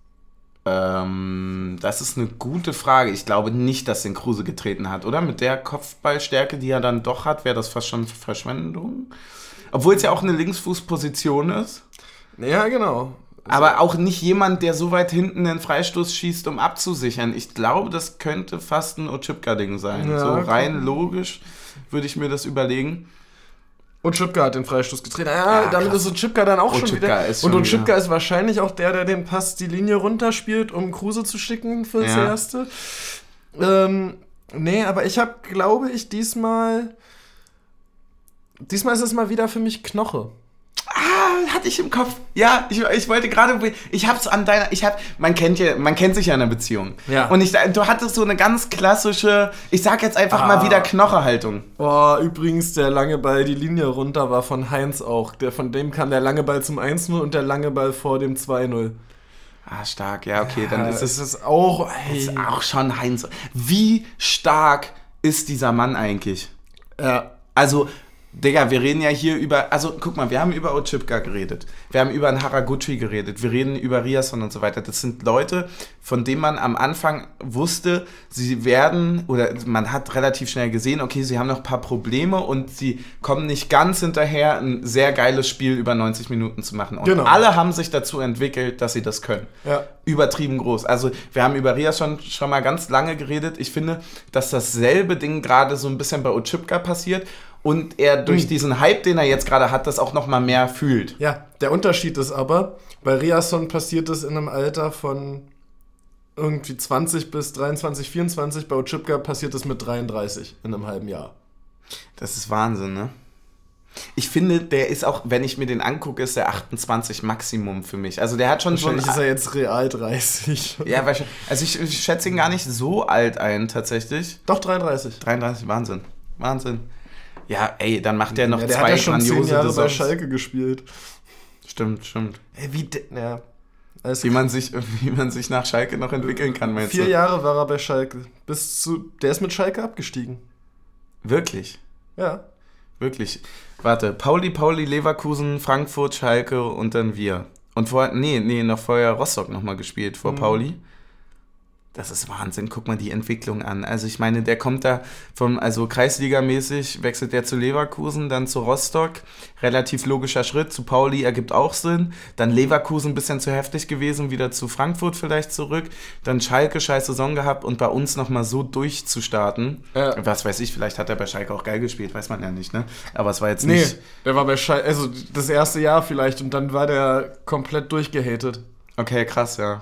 Ähm, das ist eine gute Frage. Ich glaube nicht, dass den Kruse getreten hat, oder? Mit der Kopfballstärke, die er dann doch hat, wäre das fast schon Verschwendung. Obwohl es ja auch eine Linksfußposition ist. Ja, genau. Aber auch nicht jemand, der so weit hinten den Freistoß schießt, um abzusichern. Ich glaube, das könnte fast ein Otschipka-Ding sein. Ja, so rein klar. Logisch würde ich mir das überlegen. Otschipka hat den Freistoß getreten. Ja, ja damit krass. Ist Otschipka dann auch Otschipka schon wieder. Ist schon und Otschipka ja. ist wahrscheinlich auch der, der den Pass die Linie runterspielt, um Kruse zu schicken fürs ja. Erste. Ähm, nee, aber ich habe, glaube ich, diesmal diesmal ist es mal wieder für mich Knoche. Ah, hatte ich im Kopf. Ja, ich, ich wollte gerade, ich hab's an deiner, ich hab, man kennt ja, man kennt sich ja in einer Beziehung. Ja. Und ich, du hattest so eine ganz klassische, ich sag jetzt einfach ah. mal wieder Knoche-Haltung. Boah, übrigens, der lange Ball, die Linie runter war von Heinz auch. Der, von dem kam der lange Ball zum eins null und der lange Ball vor dem zwei null. Ah, stark, ja, okay, ja, dann ist es ist auch, ey. Ist auch schon Heinz. Wie stark ist dieser Mann eigentlich? Ja. Also, Digga, wir reden ja hier über, also guck mal, wir haben über Otschipka geredet, wir haben über einen Haraguchi geredet, wir reden über Riasson und so weiter. Das sind Leute, von denen man am Anfang wusste, sie werden, oder man hat relativ schnell gesehen, okay, sie haben noch ein paar Probleme und sie kommen nicht ganz hinterher, ein sehr geiles Spiel über neunzig Minuten zu machen. Und genau. alle haben sich dazu entwickelt, dass sie das können. Ja. Übertrieben groß. Also wir haben über Riasson schon mal ganz lange geredet. Ich finde, dass dasselbe Ding gerade so ein bisschen bei Otschipka passiert. Und er durch mhm. diesen Hype, den er jetzt gerade hat, das auch noch mal mehr fühlt. Ja, der Unterschied ist aber, bei Riasson passiert es in einem Alter von irgendwie zwanzig bis dreiundzwanzig, vierundzwanzig. Bei Otschipka passiert es mit dreiunddreißig in einem halben Jahr. Das ist Wahnsinn, ne? Ich finde, der ist auch, wenn ich mir den angucke, ist der achtundzwanzig Maximum für mich. Also der hat schon wahrscheinlich schon... Wahrscheinlich ist er jetzt real dreißig. Ja, wahrscheinlich. Also ich, ich schätze ihn gar nicht so alt ein, tatsächlich. Doch, dreiunddreißig. dreiunddreißig, Wahnsinn. Wahnsinn. Ja, ey, dann macht der noch ja, der zwei hat ja schon grandiose zehn Jahre Saisons. bei Schalke gespielt. Stimmt, stimmt. Ey, wie de- ja. Wie man, sich, wie man sich nach Schalke noch entwickeln kann, meinst Vier du? Jahre war er bei Schalke. Bis zu, der ist mit Schalke abgestiegen. Wirklich? Ja. Wirklich. Warte, Pauli, Pauli, Leverkusen, Frankfurt, Schalke und dann wir. Und vorher, nee, nee, noch vorher Rostock nochmal gespielt, vor mhm. Pauli. Das ist Wahnsinn, guck mal die Entwicklung an. Also ich meine, der kommt da vom, also Kreisligamäßig wechselt der zu Leverkusen, dann zu Rostock. Relativ logischer Schritt, zu Pauli ergibt auch Sinn. Dann Leverkusen ein bisschen zu heftig gewesen, wieder zu Frankfurt vielleicht zurück. Dann Schalke, scheiß Saison gehabt und bei uns nochmal so durchzustarten. Ja. Was weiß ich, vielleicht hat er bei Schalke auch geil gespielt, weiß man ja nicht, ne? Aber es war jetzt nee, nicht... Nee, der war bei Schalke, also das erste Jahr vielleicht und dann war der komplett durchgehatet. Okay, krass, ja.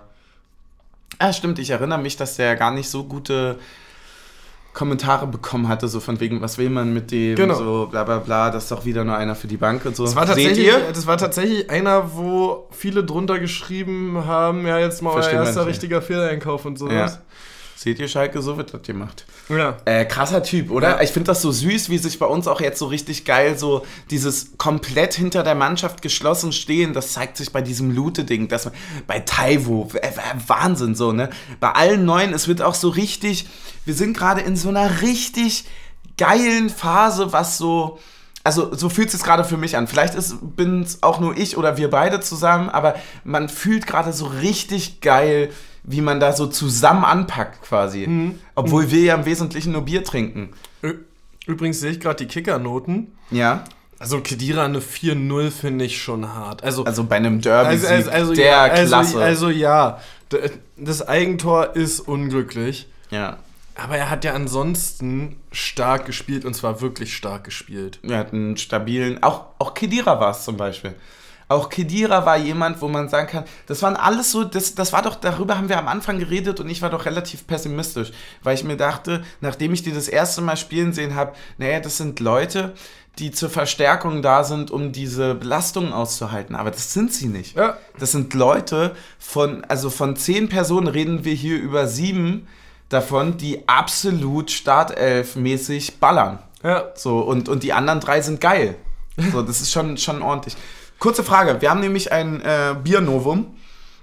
Ah, stimmt, ich erinnere mich, dass der gar nicht so gute Kommentare bekommen hatte, so von wegen, was will man mit dem, genau. so bla bla bla, das ist doch wieder nur einer für die Bank und so. Das war tatsächlich, Seht ihr? Das war tatsächlich einer, wo viele drunter geschrieben haben, ja, jetzt mal euer erster richtiger Fehleinkauf und sowas. Ja. Seht ihr, Schalke, so wird das gemacht. Ja. Äh, krasser Typ, oder? Ja. Ich finde das so süß, wie sich bei uns auch jetzt so richtig geil so dieses komplett hinter der Mannschaft geschlossen stehen, das zeigt sich bei diesem Lute-Ding, das bei Taiwo, äh, Wahnsinn so, ne? Bei allen Neuen, es wird auch so richtig, wir sind gerade in so einer richtig geilen Phase, was so... Also so fühlt es sich gerade für mich an. Vielleicht bin es auch nur ich oder wir beide zusammen, aber man fühlt gerade so richtig geil, wie man da so zusammen anpackt quasi. Mhm. Obwohl mhm. wir ja im Wesentlichen nur Bier trinken. Übrigens sehe ich gerade die Kickernoten. Ja. Also Khedira eine vier null finde ich schon hart. Also, also bei einem Derby-Sieg also, also, also, der ja, Klasse. Also, also ja, das Eigentor ist unglücklich. Ja. Aber er hat ja ansonsten stark gespielt und zwar wirklich stark gespielt. Er hat einen stabilen, auch, auch Khedira war es zum Beispiel. Auch Khedira war jemand, wo man sagen kann, das waren alles so, das, das war doch, darüber haben wir am Anfang geredet und ich war doch relativ pessimistisch, weil ich mir dachte, nachdem ich die das erste Mal spielen sehen habe, naja, das sind Leute, die zur Verstärkung da sind, um diese Belastungen auszuhalten. Aber das sind sie nicht. Ja. Das sind Leute von, also von zehn Personen reden wir hier über sieben davon, die absolut Startelf-mäßig ballern. Ja. So, und, und die anderen drei sind geil. So, das ist schon, schon ordentlich. Kurze Frage, wir haben nämlich ein äh, Biernovum.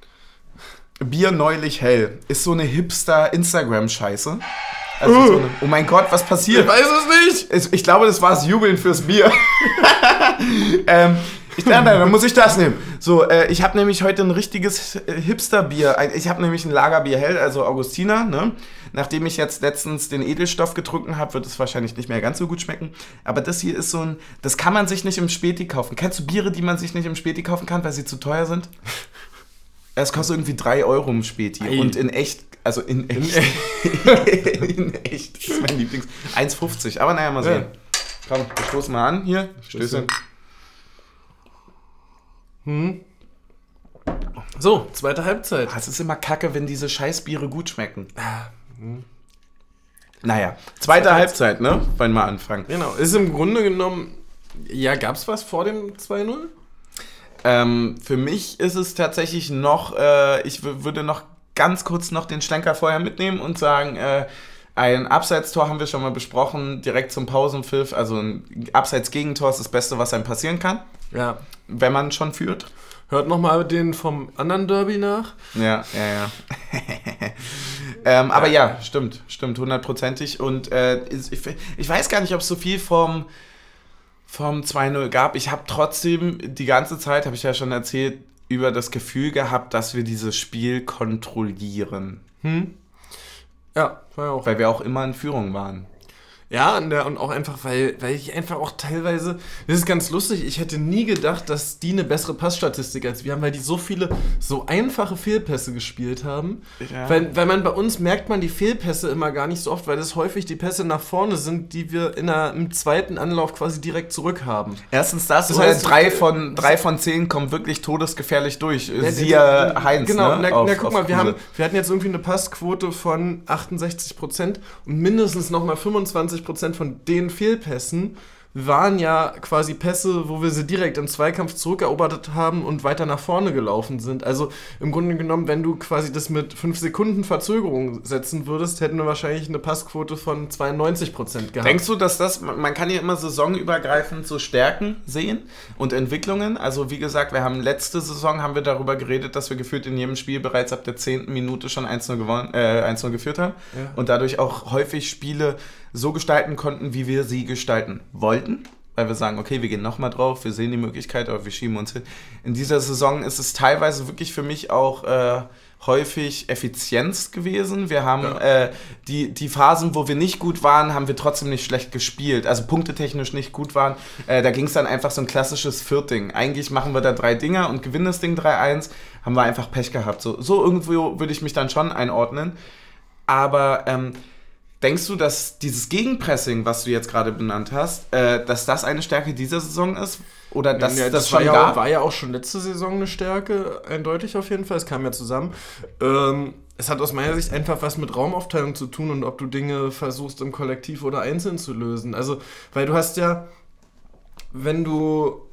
Bier neulich hell. Ist so eine Hipster-Instagram-Scheiße. Also uh. so eine, oh mein Gott, was passiert? Ich weiß es nicht. Ich, ich glaube, das war das Jubeln fürs Bier. ähm, Ich dachte, dann muss ich das nehmen. So, äh, ich habe nämlich heute ein richtiges äh, Hipsterbier. Ich habe nämlich ein Lagerbier hell, also Augustiner. Ne? Nachdem ich jetzt letztens den Edelstoff getrunken habe, wird es wahrscheinlich nicht mehr ganz so gut schmecken. Aber das hier ist so ein, das kann man sich nicht im Späti kaufen. Kennst du Biere, die man sich nicht im Späti kaufen kann, weil sie zu teuer sind? Es kostet irgendwie drei Euro im Späti. Ei. Und in echt, also in echt, in echt, das ist mein Lieblings, eins fünfzig. Aber naja, mal sehen. Ja. Komm, wir stoßen mal an hier. Stößchen. Hm. So, zweite Halbzeit. Es ist immer kacke, wenn diese Scheißbiere gut schmecken. Hm. Naja, zweite das Halbzeit, ne? Wollen wir anfangen. Genau, ist im Grunde genommen, ja, gab's was vor dem zwei null? Ähm, für mich ist es tatsächlich noch, äh, ich w- würde noch ganz kurz noch den Schlenker vorher mitnehmen und sagen, äh, ein Abseitstor haben wir schon mal besprochen, direkt zum Pausenpfiff, also ein Abseits-Gegentor ist das Beste, was einem passieren kann, ja, wenn man schon führt. Hört nochmal den vom anderen Derby nach. Ja, ja, ja. ähm, aber ja. ja, stimmt, stimmt, hundertprozentig und äh, ich, ich weiß gar nicht, ob es so viel vom vom zwei null gab. Ich habe trotzdem die ganze Zeit, habe ich ja schon erzählt, über das Gefühl gehabt, dass wir dieses Spiel kontrollieren. Hm? Ja, war ja auch. Weil wir auch immer in Führung waren. Ja, und auch einfach, weil, weil ich einfach auch teilweise, das ist ganz lustig, ich hätte nie gedacht, dass die eine bessere Passstatistik als wir haben, weil die so viele, so einfache Fehlpässe gespielt haben. Ja. Weil, weil man bei uns merkt man die Fehlpässe immer gar nicht so oft, weil das häufig die Pässe nach vorne sind, die wir in einer, im zweiten Anlauf quasi direkt zurück haben. Erstens das, das heißt, drei von, drei von zehn kommen wirklich todesgefährlich durch. Ja, Siehe Heinz, genau, ne? Na, auf, na, guck mal, wir, haben, wir hatten jetzt irgendwie eine Passquote von achtundsechzig Prozent und mindestens nochmal fünfundzwanzig Prozent von den Fehlpässen waren ja quasi Pässe, wo wir sie direkt im Zweikampf zurückerobert haben und weiter nach vorne gelaufen sind. Also im Grunde genommen, wenn du quasi das mit fünf Sekunden Verzögerung setzen würdest, hätten wir wahrscheinlich eine Passquote von zweiundneunzig Prozent gehabt. Denkst du, dass das, man kann ja immer saisonübergreifend so Stärken sehen und Entwicklungen? Also wie gesagt, wir haben letzte Saison haben wir darüber geredet, dass wir gefühlt in jedem Spiel bereits ab der zehnten Minute schon eins null gewonnen, äh, eins null geführt haben ja. Und dadurch auch häufig Spiele so gestalten konnten, wie wir sie gestalten wollten, weil wir sagen, okay, wir gehen nochmal drauf, wir sehen die Möglichkeit, aber wir schieben uns hin. In dieser Saison ist es teilweise wirklich für mich auch äh, häufig Effizienz gewesen. Wir haben ja. äh, die, die Phasen, wo wir nicht gut waren, haben wir trotzdem nicht schlecht gespielt, also punktetechnisch nicht gut waren. Äh, da ging es dann einfach so ein klassisches Viertding. Eigentlich machen wir da drei Dinger und gewinnen das Ding drei eins, haben wir einfach Pech gehabt. So, so irgendwo würde ich mich dann schon einordnen. Aber ähm, denkst du, dass dieses Gegenpressing, was du jetzt gerade benannt hast, äh, dass das eine Stärke dieser Saison ist? Oder dass ja, das, das schon war ja, gab? war ja auch schon letzte Saison eine Stärke, eindeutig auf jeden Fall. Es kam ja zusammen. Ähm, es hat aus meiner Sicht einfach was mit Raumaufteilung zu tun und ob du Dinge versuchst, im Kollektiv oder einzeln zu lösen. Also, weil du hast ja, wenn du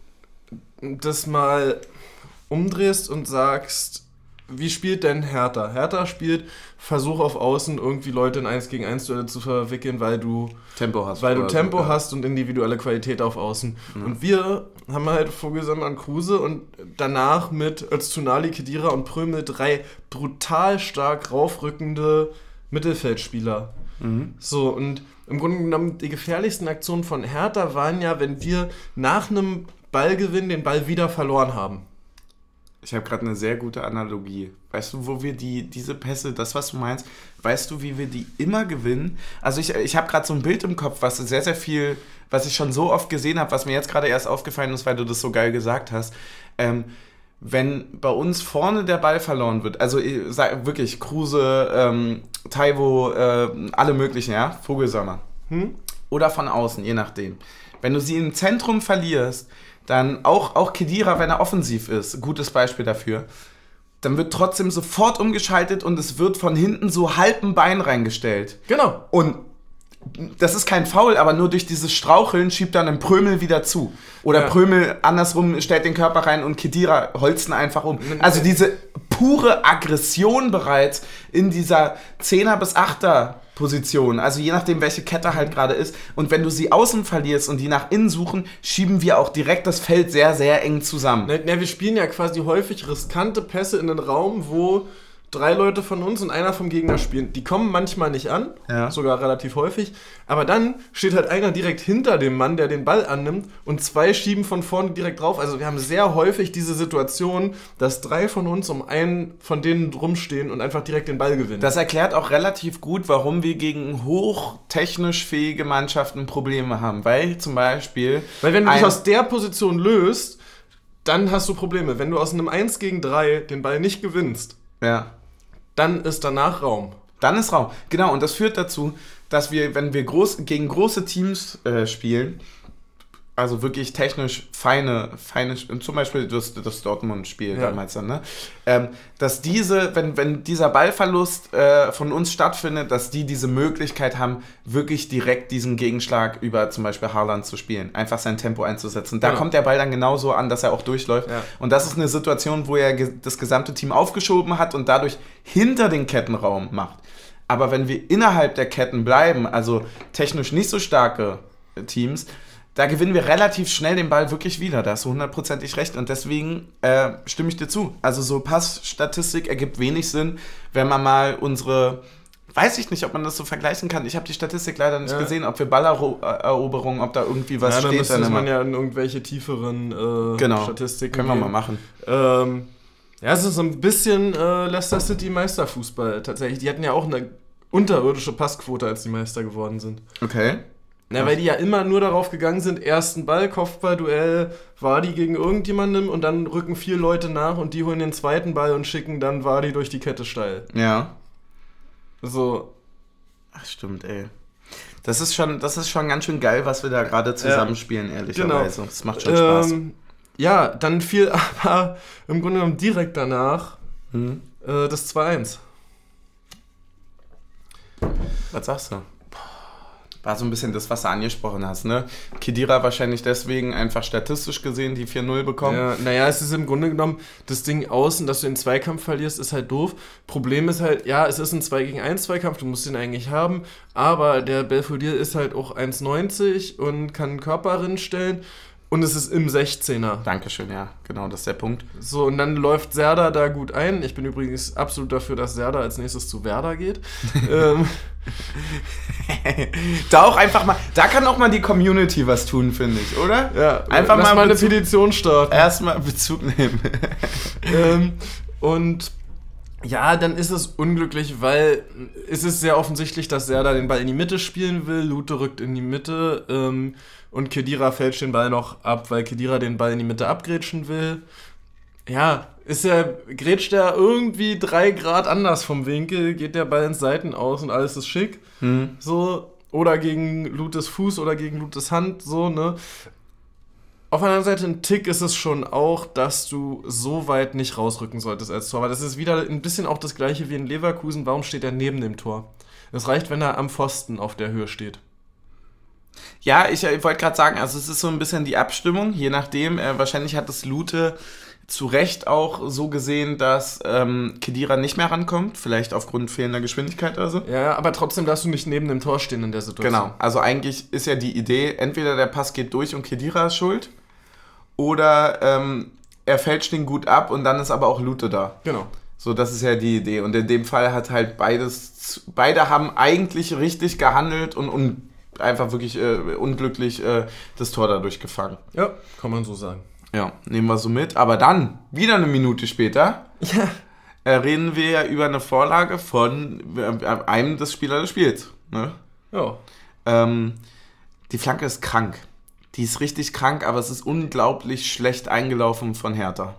das mal umdrehst und sagst, wie spielt denn Hertha? Hertha spielt Versuch auf Außen, irgendwie Leute in eins gegen eins Duelle zu verwickeln, weil du Tempo hast. Weil du Tempo so, ja. hast und individuelle Qualität auf Außen. Mhm. Und wir haben halt Vogelsammer an Kruse und danach mit Öztunali, Khedira und Prömel drei brutal stark raufrückende Mittelfeldspieler. Mhm. So, und im Grunde genommen die gefährlichsten Aktionen von Hertha waren ja, wenn wir nach einem Ballgewinn den Ball wieder verloren haben. Ich habe gerade eine sehr gute Analogie. Weißt du, wo wir die diese Pässe, das, was du meinst, weißt du, wie wir die immer gewinnen? Also ich, ich habe gerade so ein Bild im Kopf, was sehr, sehr viel, was ich schon so oft gesehen habe, was mir jetzt gerade erst aufgefallen ist, weil du das so geil gesagt hast. Ähm, wenn bei uns vorne der Ball verloren wird, also ich sag wirklich, Kruse, ähm, Taiwo, äh, alle möglichen, ja, Vogelsammer. Hm? Oder von außen, je nachdem. Wenn du sie im Zentrum verlierst, dann auch, auch Khedira, wenn er offensiv ist, gutes Beispiel dafür, dann wird trotzdem sofort umgeschaltet und es wird von hinten so halb ein Bein reingestellt. Genau. Und das ist kein Foul, aber nur durch dieses Straucheln schiebt dann ein Prömel wieder zu. Oder ja. Prömel andersrum stellt den Körper rein und Khedira holzt ihn einfach um. Also diese pure Aggression bereits in dieser Zehner- bis Achter-Position. Also je nachdem, welche Kette halt gerade ist. Und wenn du sie außen verlierst und die nach innen suchen, schieben wir auch direkt das Feld sehr, sehr eng zusammen. Na, na, wir spielen ja quasi häufig riskante Pässe in den Raum, wo drei Leute von uns und einer vom Gegner spielen. Die kommen manchmal nicht an, ja. sogar relativ häufig. Aber dann steht halt einer direkt hinter dem Mann, der den Ball annimmt und zwei schieben von vorne direkt drauf. Also wir haben sehr häufig diese Situation, dass drei von uns um einen von denen rumstehen und einfach direkt den Ball gewinnen. Das erklärt auch relativ gut, warum wir gegen hochtechnisch fähige Mannschaften Probleme haben. Weil zum Beispiel... Weil wenn du dich aus der Position löst, dann hast du Probleme. Wenn du aus einem eins gegen drei den Ball nicht gewinnst, ja. dann ist danach Raum. Dann ist Raum. Genau, und das führt dazu, dass wir, wenn wir groß, gegen große Teams äh, spielen, also wirklich technisch feine, feine zum Beispiel das, das Dortmund-Spiel ja. damals dann, ne? Ähm, dass diese, wenn, wenn dieser Ballverlust äh, von uns stattfindet, dass die diese Möglichkeit haben, wirklich direkt diesen Gegenschlag über zum Beispiel Haaland zu spielen, einfach sein Tempo einzusetzen. Da ja. kommt der Ball dann genauso an, dass er auch durchläuft. Ja. Und das ist eine Situation, wo er ge- das gesamte Team aufgeschoben hat und dadurch hinter den Kettenraum macht. Aber wenn wir innerhalb der Ketten bleiben, also technisch nicht so starke Teams, da gewinnen wir relativ schnell den Ball wirklich wieder. Da hast du hundertprozentig recht. Und deswegen äh, stimme ich dir zu. Also so Passstatistik ergibt wenig Sinn, wenn man mal unsere... Weiß ich nicht, ob man das so vergleichen kann. Ich habe die Statistik leider nicht ja. gesehen, ob wir Balleroberungen, ob da irgendwie was ja, steht. Ja, dann müsste man ja in irgendwelche tieferen äh, genau. Statistiken Können wir mal machen. Ähm, ja, es ist so ein bisschen äh, Leicester City Meisterfußball tatsächlich. Die hatten ja auch eine unterirdische Passquote, als die Meister geworden sind. Okay. Na, weil die ja immer nur darauf gegangen sind, ersten Ball, Kopfball-Duell, Vardy gegen irgendjemandem und dann rücken vier Leute nach und die holen den zweiten Ball und schicken dann Vardy durch die Kette steil. Ja. So. Ach, stimmt, ey. Das ist schon, das ist schon ganz schön geil, was wir da gerade zusammenspielen, ja. ehrlicherweise. Genau. Das macht schon Spaß. Ähm, ja, dann fiel aber im Grunde genommen direkt danach mhm. äh, das zwei eins. Was sagst du? War so ein bisschen das, was du angesprochen hast, ne? Khedira wahrscheinlich deswegen einfach statistisch gesehen die vier null bekommen. Ja, naja, es ist im Grunde genommen das Ding außen, dass du den Zweikampf verlierst, ist halt doof. Problem ist halt, ja, es ist ein zwei gegen eins Zweikampf, du musst den eigentlich haben, aber der Belfodil ist halt auch eins neunzig und kann einen Körper rinstellen. Und es ist im sechzehner. Dankeschön, ja, genau, das ist der Punkt. So, und dann läuft Serdar da gut ein. Ich bin übrigens absolut dafür, dass Serdar als nächstes zu Werder geht. ähm. Da auch einfach mal, da kann auch mal die Community was tun, finde ich, oder? Ja, einfach lass mal, mal eine Bezug, Petition starten. Erstmal Bezug nehmen. ähm, und ja, dann ist es unglücklich, weil es ist sehr offensichtlich, dass Serdar den Ball in die Mitte spielen will. Lute rückt in die Mitte ähm, und Khedira fälscht den Ball noch ab, weil Khedira den Ball in die Mitte abgrätschen will. Ja, ist er, grätscht er irgendwie drei Grad anders vom Winkel, geht der Ball ins Seitenaus und alles ist schick. Mhm. So, oder gegen Lutes Fuß oder gegen Lutes Hand, so, ne? Auf der anderen Seite, ein Tick ist es schon auch, dass du so weit nicht rausrücken solltest als Torwart. Das ist wieder ein bisschen auch das Gleiche wie in Leverkusen. Warum steht er neben dem Tor? Es reicht, wenn er am Pfosten auf der Höhe steht. Ja, ich, ich wollte gerade sagen, also es ist so ein bisschen die Abstimmung, je nachdem. Äh, wahrscheinlich hat es Lute zu Recht auch so gesehen, dass ähm, Khedira nicht mehr rankommt, vielleicht aufgrund fehlender Geschwindigkeit oder so. Ja, aber trotzdem darfst du nicht neben dem Tor stehen in der Situation. Genau, also eigentlich ist ja die Idee, entweder der Pass geht durch und Khedira ist schuld, oder ähm, er fälscht den gut ab und dann ist aber auch Lute da. Genau. So, das ist ja die Idee. Und in dem Fall hat halt beides, beide haben eigentlich richtig gehandelt und, und einfach wirklich äh, unglücklich äh, das Tor dadurch gefangen. Ja, kann man so sagen. Ja, nehmen wir so mit. Aber dann, wieder eine Minute später, ja. äh, reden wir ja über eine Vorlage von äh, einem des Spielers des Spiels. Ne? Ja. Ähm, die Flanke ist krank. Die ist richtig krank, aber es ist unglaublich schlecht eingelaufen von Hertha.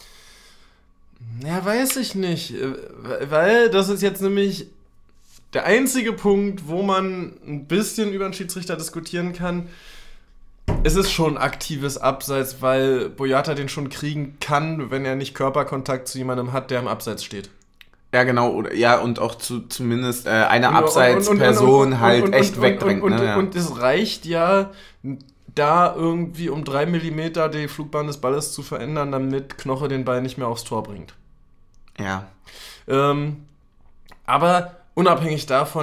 Ja, weiß ich nicht. Weil das ist jetzt nämlich der einzige Punkt, wo man ein bisschen über den Schiedsrichter diskutieren kann. Es ist schon aktives Abseits, weil Boyata den schon kriegen kann, wenn er nicht Körperkontakt zu jemandem hat, der im Abseits steht. Ja, genau. Oder, ja, und auch zu, zumindest äh, eine Abseitsperson halt und, und, echt und, wegdrängt. Und, und, ne? ja. und es reicht ja, da irgendwie um drei Millimeter die Flugbahn des Balles zu verändern, damit Knoche den Ball nicht mehr aufs Tor bringt. Ja. Ähm, aber unabhängig davon,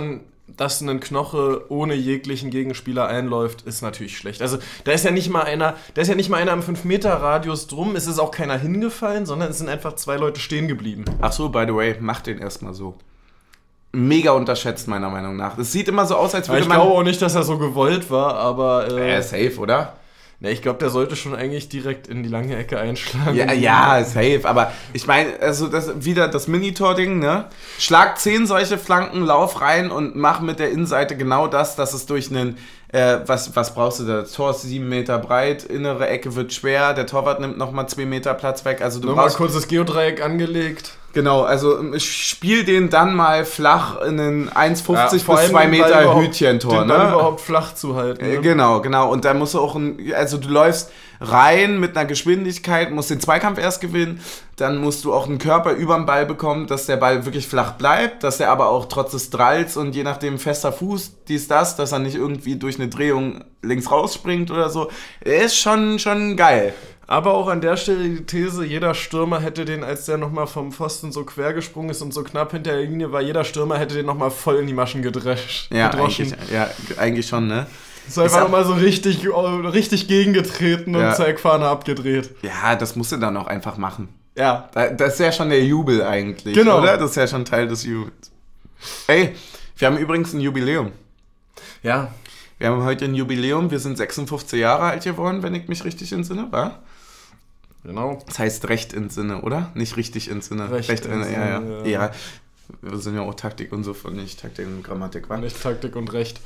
dass ein Knoche ohne jeglichen Gegenspieler einläuft, ist natürlich schlecht. Also da ist ja nicht mal einer, da ist ja nicht mal einer im fünf Meter Radius drum, es ist auch keiner hingefallen, sondern es sind einfach zwei Leute stehen geblieben. Ach so, by the way, mach den erstmal so. Mega unterschätzt, meiner Meinung nach. Es sieht immer so aus, als würde ich man... Ich glaube auch nicht, dass er so gewollt war, aber... Äh, äh safe, oder? Ne, ich glaube, der sollte schon eigentlich direkt in die lange Ecke einschlagen. Ja, ja, safe. Aber ich meine, also das wieder das Minitor-Ding, ne? Schlag zehn solche Flanken, lauf rein und mach mit der Innenseite genau das, dass es durch einen, äh, was, was brauchst du da? Das Tor ist sieben Meter breit, innere Ecke wird schwer, der Torwart nimmt nochmal zwei Meter Platz weg. Also du Nochmal brauchst kurz das Geodreieck angelegt. Genau, also ich spiel den dann mal flach in einen eins fünfzig ja, bis zwei Meter Hütchentor, den ne? dann überhaupt flach zu halten. Ne? Genau, genau. Und dann musst du auch, ein, also du läufst rein mit einer Geschwindigkeit, musst den Zweikampf erst gewinnen, dann musst du auch einen Körper über den Ball bekommen, dass der Ball wirklich flach bleibt, dass er aber auch trotz des Dralls und je nachdem fester Fuß, dies, das, dass er nicht irgendwie durch eine Drehung links rausspringt oder so. Er ist schon, schon geil. Aber auch an der Stelle die These, jeder Stürmer hätte den, als der nochmal vom Pfosten so quer gesprungen ist und so knapp hinter der Linie war, jeder Stürmer hätte den nochmal voll in die Maschen gedrescht. Ja, eigentlich, ja, eigentlich schon, ne? Ist einfach nochmal so richtig, richtig gegengetreten ja. und Zeigfahne abgedreht. Ja, das musst du dann auch einfach machen. Ja. Das ist ja schon der Jubel eigentlich, genau. Oder? Das ist ja schon Teil des Jubels. Ey, wir haben übrigens ein Jubiläum. Ja. Wir haben heute ein Jubiläum, wir sind sechsundfünfzig Jahre alt geworden, wenn ich mich richtig entsinne, wa? Genau. Das heißt recht in Sinne, oder? Nicht richtig in Sinne. Recht, recht in Sinne, ja, ja. ja. ja. Wir sind ja auch Taktik und so, nicht Taktik und Grammatik, wa? Nicht Taktik und Recht.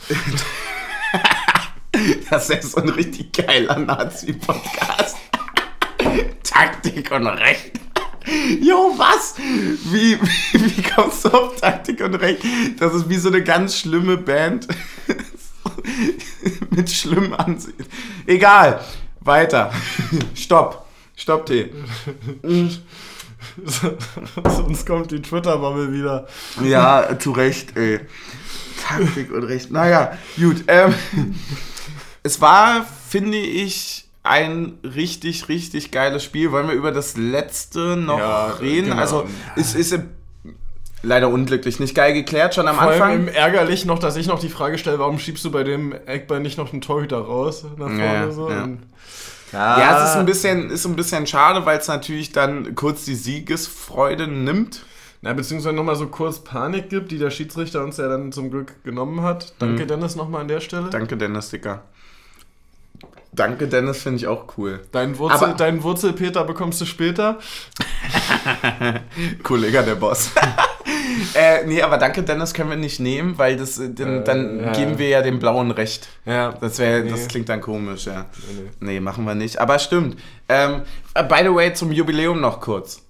Das ist ja so ein richtig geiler Nazi-Podcast. Taktik und Recht. Jo, was? Wie, wie, wie kommst du auf Taktik und Recht? Das ist wie so eine ganz schlimme Band mit schlimmen Ansehen. Egal. Weiter. Stopp. Stopp, T. Sonst kommt die Twitter-Bubble wieder. Ja, zu Recht, ey. Taktik und Recht. Naja, gut. Ähm, es war, finde ich, ein richtig, richtig geiles Spiel. Wollen wir über das letzte noch ja, reden? Genau. Also, es ist leider unglücklich nicht geil geklärt, schon am Vor Anfang. Allem ärgerlich noch, dass ich noch die Frage stelle, warum schiebst du bei dem Eckball nicht noch einen Torhüter raus? Nach vorne ja, so? Ja. Ja. ja, es ist ein bisschen, ist ein bisschen schade, weil es natürlich dann kurz die Siegesfreude nimmt. Na, beziehungsweise nochmal so kurz Panik gibt, die der Schiedsrichter uns ja dann zum Glück genommen hat. Danke, mhm. Dennis, nochmal an der Stelle. Danke, Dennis, Dicker. Danke, Dennis, finde ich auch cool. Deinen Wurzel, aber deinen Wurzelpeter bekommst du später. Kollege, der Boss. äh, nee, aber danke, Dennis, können wir nicht nehmen, weil das, dann, äh, dann ja. geben wir ja dem Blauen Recht. Ja. Das, wär, nee. das klingt dann komisch, ja. Nee, nee. nee, machen wir nicht. Aber stimmt. Ähm, by the way, zum Jubiläum noch kurz.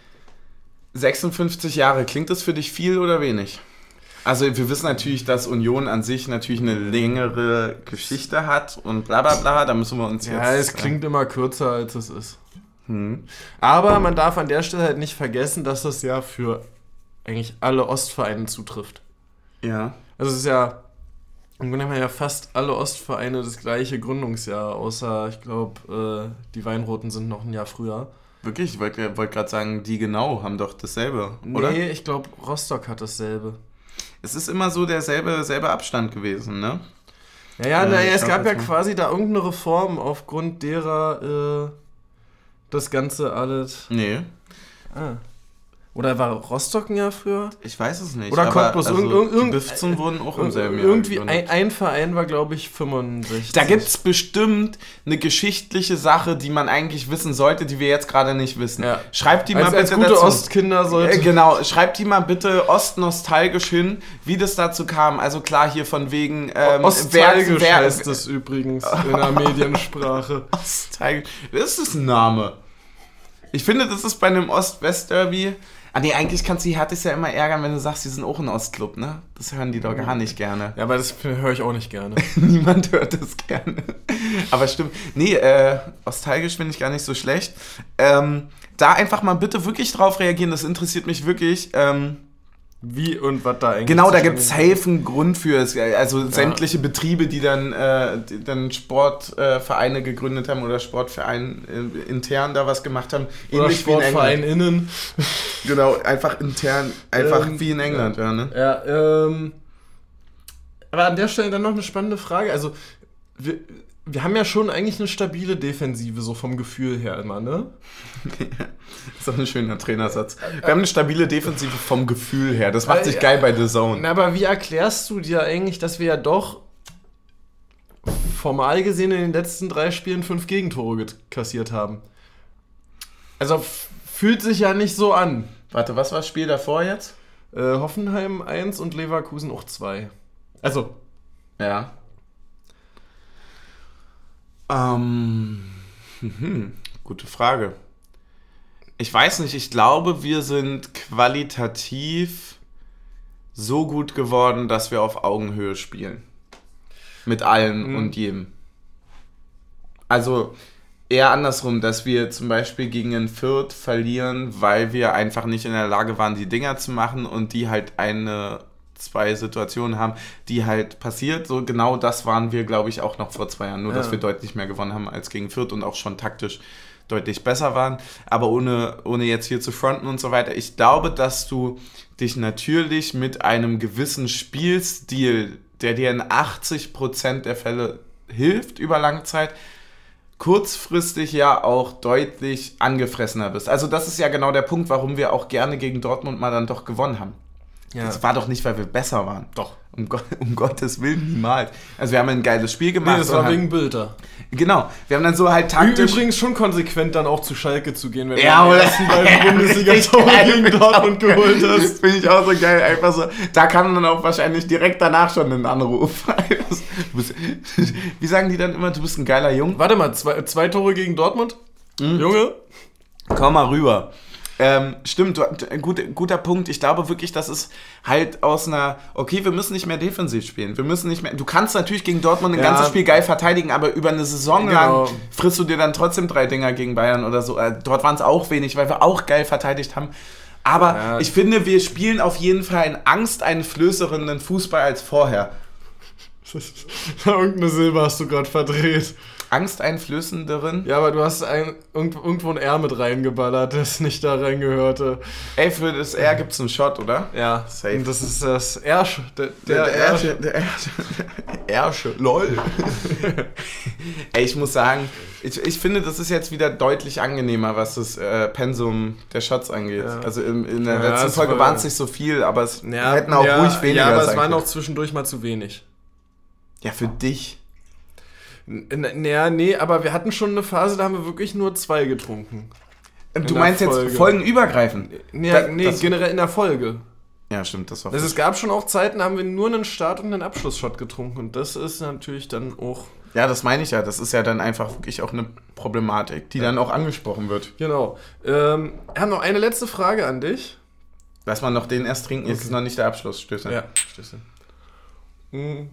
sechsundfünfzig Jahre, klingt das für dich viel oder wenig? Also wir wissen natürlich, dass Union an sich natürlich eine längere Geschichte hat und bla bla bla, da müssen wir uns ja, jetzt... Ja, es klingt äh, immer kürzer, als es ist. Hm. Aber man darf an der Stelle halt nicht vergessen, dass das ja für eigentlich alle Ostvereine zutrifft. Ja. Also es ist ja, im Grunde haben ja fast alle Ostvereine das gleiche Gründungsjahr, außer, ich glaube, äh, die Weinroten sind noch ein Jahr früher. Wirklich? Ich wollte wollt gerade sagen, die genau haben doch dasselbe, oder? Nee, ich glaube, Rostock hat dasselbe. Es ist immer so derselbe selbe Abstand gewesen, ne? Ja, ja, äh, naja, es gab ja quasi da irgendeine Reform, aufgrund derer äh, das Ganze alles... Nee. Ah. Oder war Rostock ein Jahr früher? Ich weiß es nicht. Oder Cottbus. Also irg- irg- die Bifzen wurden auch im selben Jahr. Irgendwie ein, ein Verein war, glaube ich, fünfundsechzig. Da gibt es bestimmt eine geschichtliche Sache, die man eigentlich wissen sollte, die wir jetzt gerade nicht wissen. Ja. Schreibt die als, mal bitte als gute dazu. Ostkinder sollte. Äh, genau, schreibt die mal bitte ostnostalgisch hin, wie das dazu kam. Also klar, hier von wegen... Ähm, Ostalgisch wer, heißt es übrigens in der Mediensprache. Ostalgisch. Das ist ein Name. Ich finde, das ist bei einem Ost-West-Derby... Ah nee, eigentlich kannst du die Hertis ja immer ärgern, wenn du sagst, die sind auch ein Ostclub, ne? Das hören die doch gar nicht gerne. Ja, aber das höre ich auch nicht gerne. Niemand hört das gerne. Aber stimmt. Nee, äh, nostalgisch finde ich gar nicht so schlecht. Ähm, da einfach mal bitte wirklich drauf reagieren, das interessiert mich wirklich. Ähm, Wie und was da eigentlich... Genau, da gibt es safe einen Grund für es. Also ja. sämtliche Betriebe, die dann, äh, die dann Sportvereine äh, gegründet haben oder Sportvereine äh, intern da was gemacht haben. Oder Sportverein innen. Genau, einfach intern, einfach ähm, wie in England. Ja, ja, ne? ja ähm... aber an der Stelle dann noch eine spannende Frage. Also, wir, wir haben ja schon eigentlich eine stabile Defensive, so vom Gefühl her immer, ne? Das ist auch ein schöner Trainersatz. Wir haben eine stabile Defensive vom Gefühl her. Das macht sich äh, geil bei The Zone. Aber wie erklärst du dir eigentlich, dass wir ja doch formal gesehen in den letzten drei Spielen fünf Gegentore kassiert haben? Also f- fühlt sich ja nicht so an. Warte, was war das Spiel davor jetzt? Äh, Hoffenheim eins und Leverkusen auch zwei. Also. Ja. Ähm. Mhm. Gute Frage. Ich weiß nicht, ich glaube, wir sind qualitativ so gut geworden, dass wir auf Augenhöhe spielen. Mit allen mhm. und jedem. Also eher andersrum, dass wir zum Beispiel gegen einen Fürth verlieren, weil wir einfach nicht in der Lage waren, die Dinger zu machen und die halt eine, zwei Situationen haben, die halt passiert. So genau das waren wir, glaube ich, auch noch vor zwei Jahren. Nur, ja. dass wir deutlich mehr gewonnen haben als gegen Fürth und auch schon taktisch deutlich besser waren. Aber ohne, ohne jetzt hier zu fronten und so weiter. Ich glaube, dass du dich natürlich mit einem gewissen Spielstil, der dir in achtzig Prozent der Fälle hilft über lange Zeit, kurzfristig ja auch deutlich angefressener bist. Also das ist ja genau der Punkt, warum wir auch gerne gegen Dortmund mal dann doch gewonnen haben. Ja. Das war doch nicht, weil wir besser waren. Doch. Um, Gott, um Gottes Willen niemals. Also wir haben ein geiles Spiel gemacht. Nee, das war wegen Bilder. Genau. Wir haben dann so halt taktisch... Übrigens schon konsequent dann auch zu Schalke zu gehen, wenn ja, du die ersten beiden Bundesliga-Tore gegen Dortmund geholt hast. Finde ich auch so geil. Einfach so, da kam dann auch wahrscheinlich direkt danach schon ein Anruf. Wie sagen die dann immer, du bist ein geiler Junge? Warte mal, zwei, zwei Tore gegen Dortmund? Mhm. Junge? Komm mal rüber. Ähm, stimmt, du, gut, guter Punkt. Ich glaube wirklich, das ist halt aus einer, okay, wir müssen nicht mehr defensiv spielen. Wir müssen nicht mehr, du kannst natürlich gegen Dortmund ein ja. ganzes Spiel geil verteidigen, aber über eine Saison genau. lang frisst du dir dann trotzdem drei Dinger gegen Bayern oder so. Äh, dort waren es auch wenig, weil wir auch geil verteidigt haben. Aber ja. ich finde, wir spielen auf jeden Fall in angsteinflößernden Fußball als vorher. Irgendeine Silbe hast du gerade verdreht. Angsteinflößenderen? Ja, aber du hast ein, irgendwo ein R mit reingeballert, das nicht da reingehörte. Ey, für das R gibt's einen Shot, oder? Ja, safe. Und das ist das Ersche. Der, der, der Ersche. Der Ersche. Ersche, lol. Ey, ich muss sagen, ich, ich finde, das ist jetzt wieder deutlich angenehmer, was das äh, Pensum der Shots angeht. Ja. Also in, in der ja, letzten Folge waren es nicht so viel, aber es ja, hätten auch ja, ruhig weniger sein. Ja, aber es waren auch zwischendurch mal zu wenig. Ja, für dich. Naja, nee, aber wir hatten schon eine Phase, da haben wir wirklich nur zwei getrunken. Du meinst Folge. Jetzt folgenübergreifend? Nee, da, nee generell in der Folge. Ja, stimmt, das war also es gab schon auch Zeiten, da haben wir nur einen Start- und einen Abschlussshot getrunken und das ist natürlich dann auch... Ja, das meine ich ja, das ist ja dann einfach wirklich auch eine Problematik, die ja. dann auch angesprochen wird. Genau. Ähm, wir haben noch eine letzte Frage an dich. Lass mal noch den erst trinken, okay. Jetzt ist noch nicht der Abschluss, Stöße. Ja, Stöße. Mhm.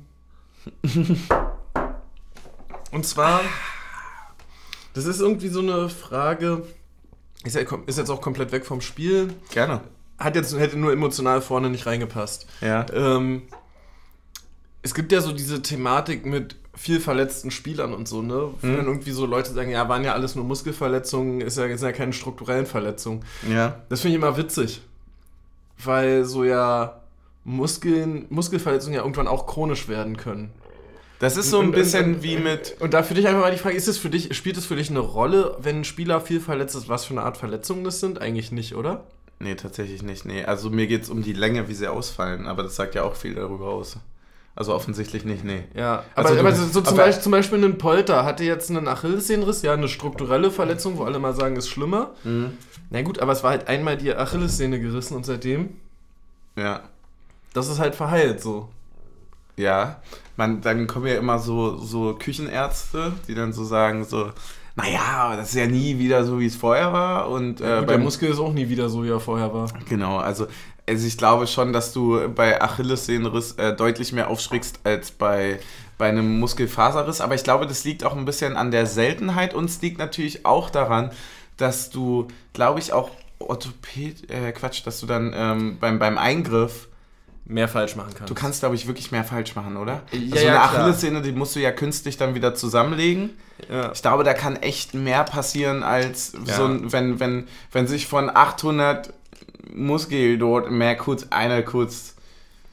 Und zwar, das ist irgendwie so eine Frage, ist, ja, ist jetzt auch komplett weg vom Spiel. Gerne. Hat jetzt, hätte nur emotional vorne nicht reingepasst. Ja. Ähm, es gibt ja so diese Thematik mit viel verletzten Spielern und so, ne? Wo mhm. dann irgendwie so Leute sagen, ja, waren ja alles nur Muskelverletzungen, ist ja, sind ja keine strukturellen Verletzungen. Ja. Das finde ich immer witzig. Weil so ja Muskeln, Muskelverletzungen ja irgendwann auch chronisch werden können. Das ist so ein und, bisschen und, wie mit... Und da für dich einfach mal die Frage, ist es für dich, spielt es für dich eine Rolle, wenn ein Spieler viel verletzt ist, was für eine Art Verletzungen das sind? Eigentlich nicht, oder? Nee, tatsächlich nicht. Nee. Also mir geht es um die Länge, wie sie ausfallen, aber das sagt ja auch viel darüber aus. Also offensichtlich nicht, nee. Ja, aber, also, aber so, so zum, aber Beispiel, zum Beispiel ein Polter hatte jetzt einen Achillessehnenriss, ja, eine strukturelle Verletzung, wo alle mal sagen, ist schlimmer. Mhm. Na gut, aber es war halt einmal die Achillessehne gerissen und seitdem... Ja. Das ist halt verheilt, so. Ja, man, dann kommen ja immer so, so Küchenärzte, die dann so sagen, so, naja, das ist ja nie wieder so, wie es vorher war. Und, äh, ja, gut, der Muskel ist auch nie wieder so, wie er vorher war. Genau, also, also ich glaube schon, dass du bei Achillessehnenriss äh, deutlich mehr aufschreckst als bei, bei einem Muskelfaserriss. Aber ich glaube, das liegt auch ein bisschen an der Seltenheit und es liegt natürlich auch daran, dass du, glaube ich, auch Orthopäd, äh, Quatsch, dass du dann ähm, beim, beim Eingriff mehr falsch machen kannst. Du kannst, glaube ich, wirklich mehr falsch machen, oder? Ja, also ja, eine Achillessehne, die musst du ja künstlich dann wieder zusammenlegen. Ja. Ich glaube, da kann echt mehr passieren, als ja. so ein, wenn, wenn, wenn sich von achthundert Muskeln dort mehr kurz, einer kurz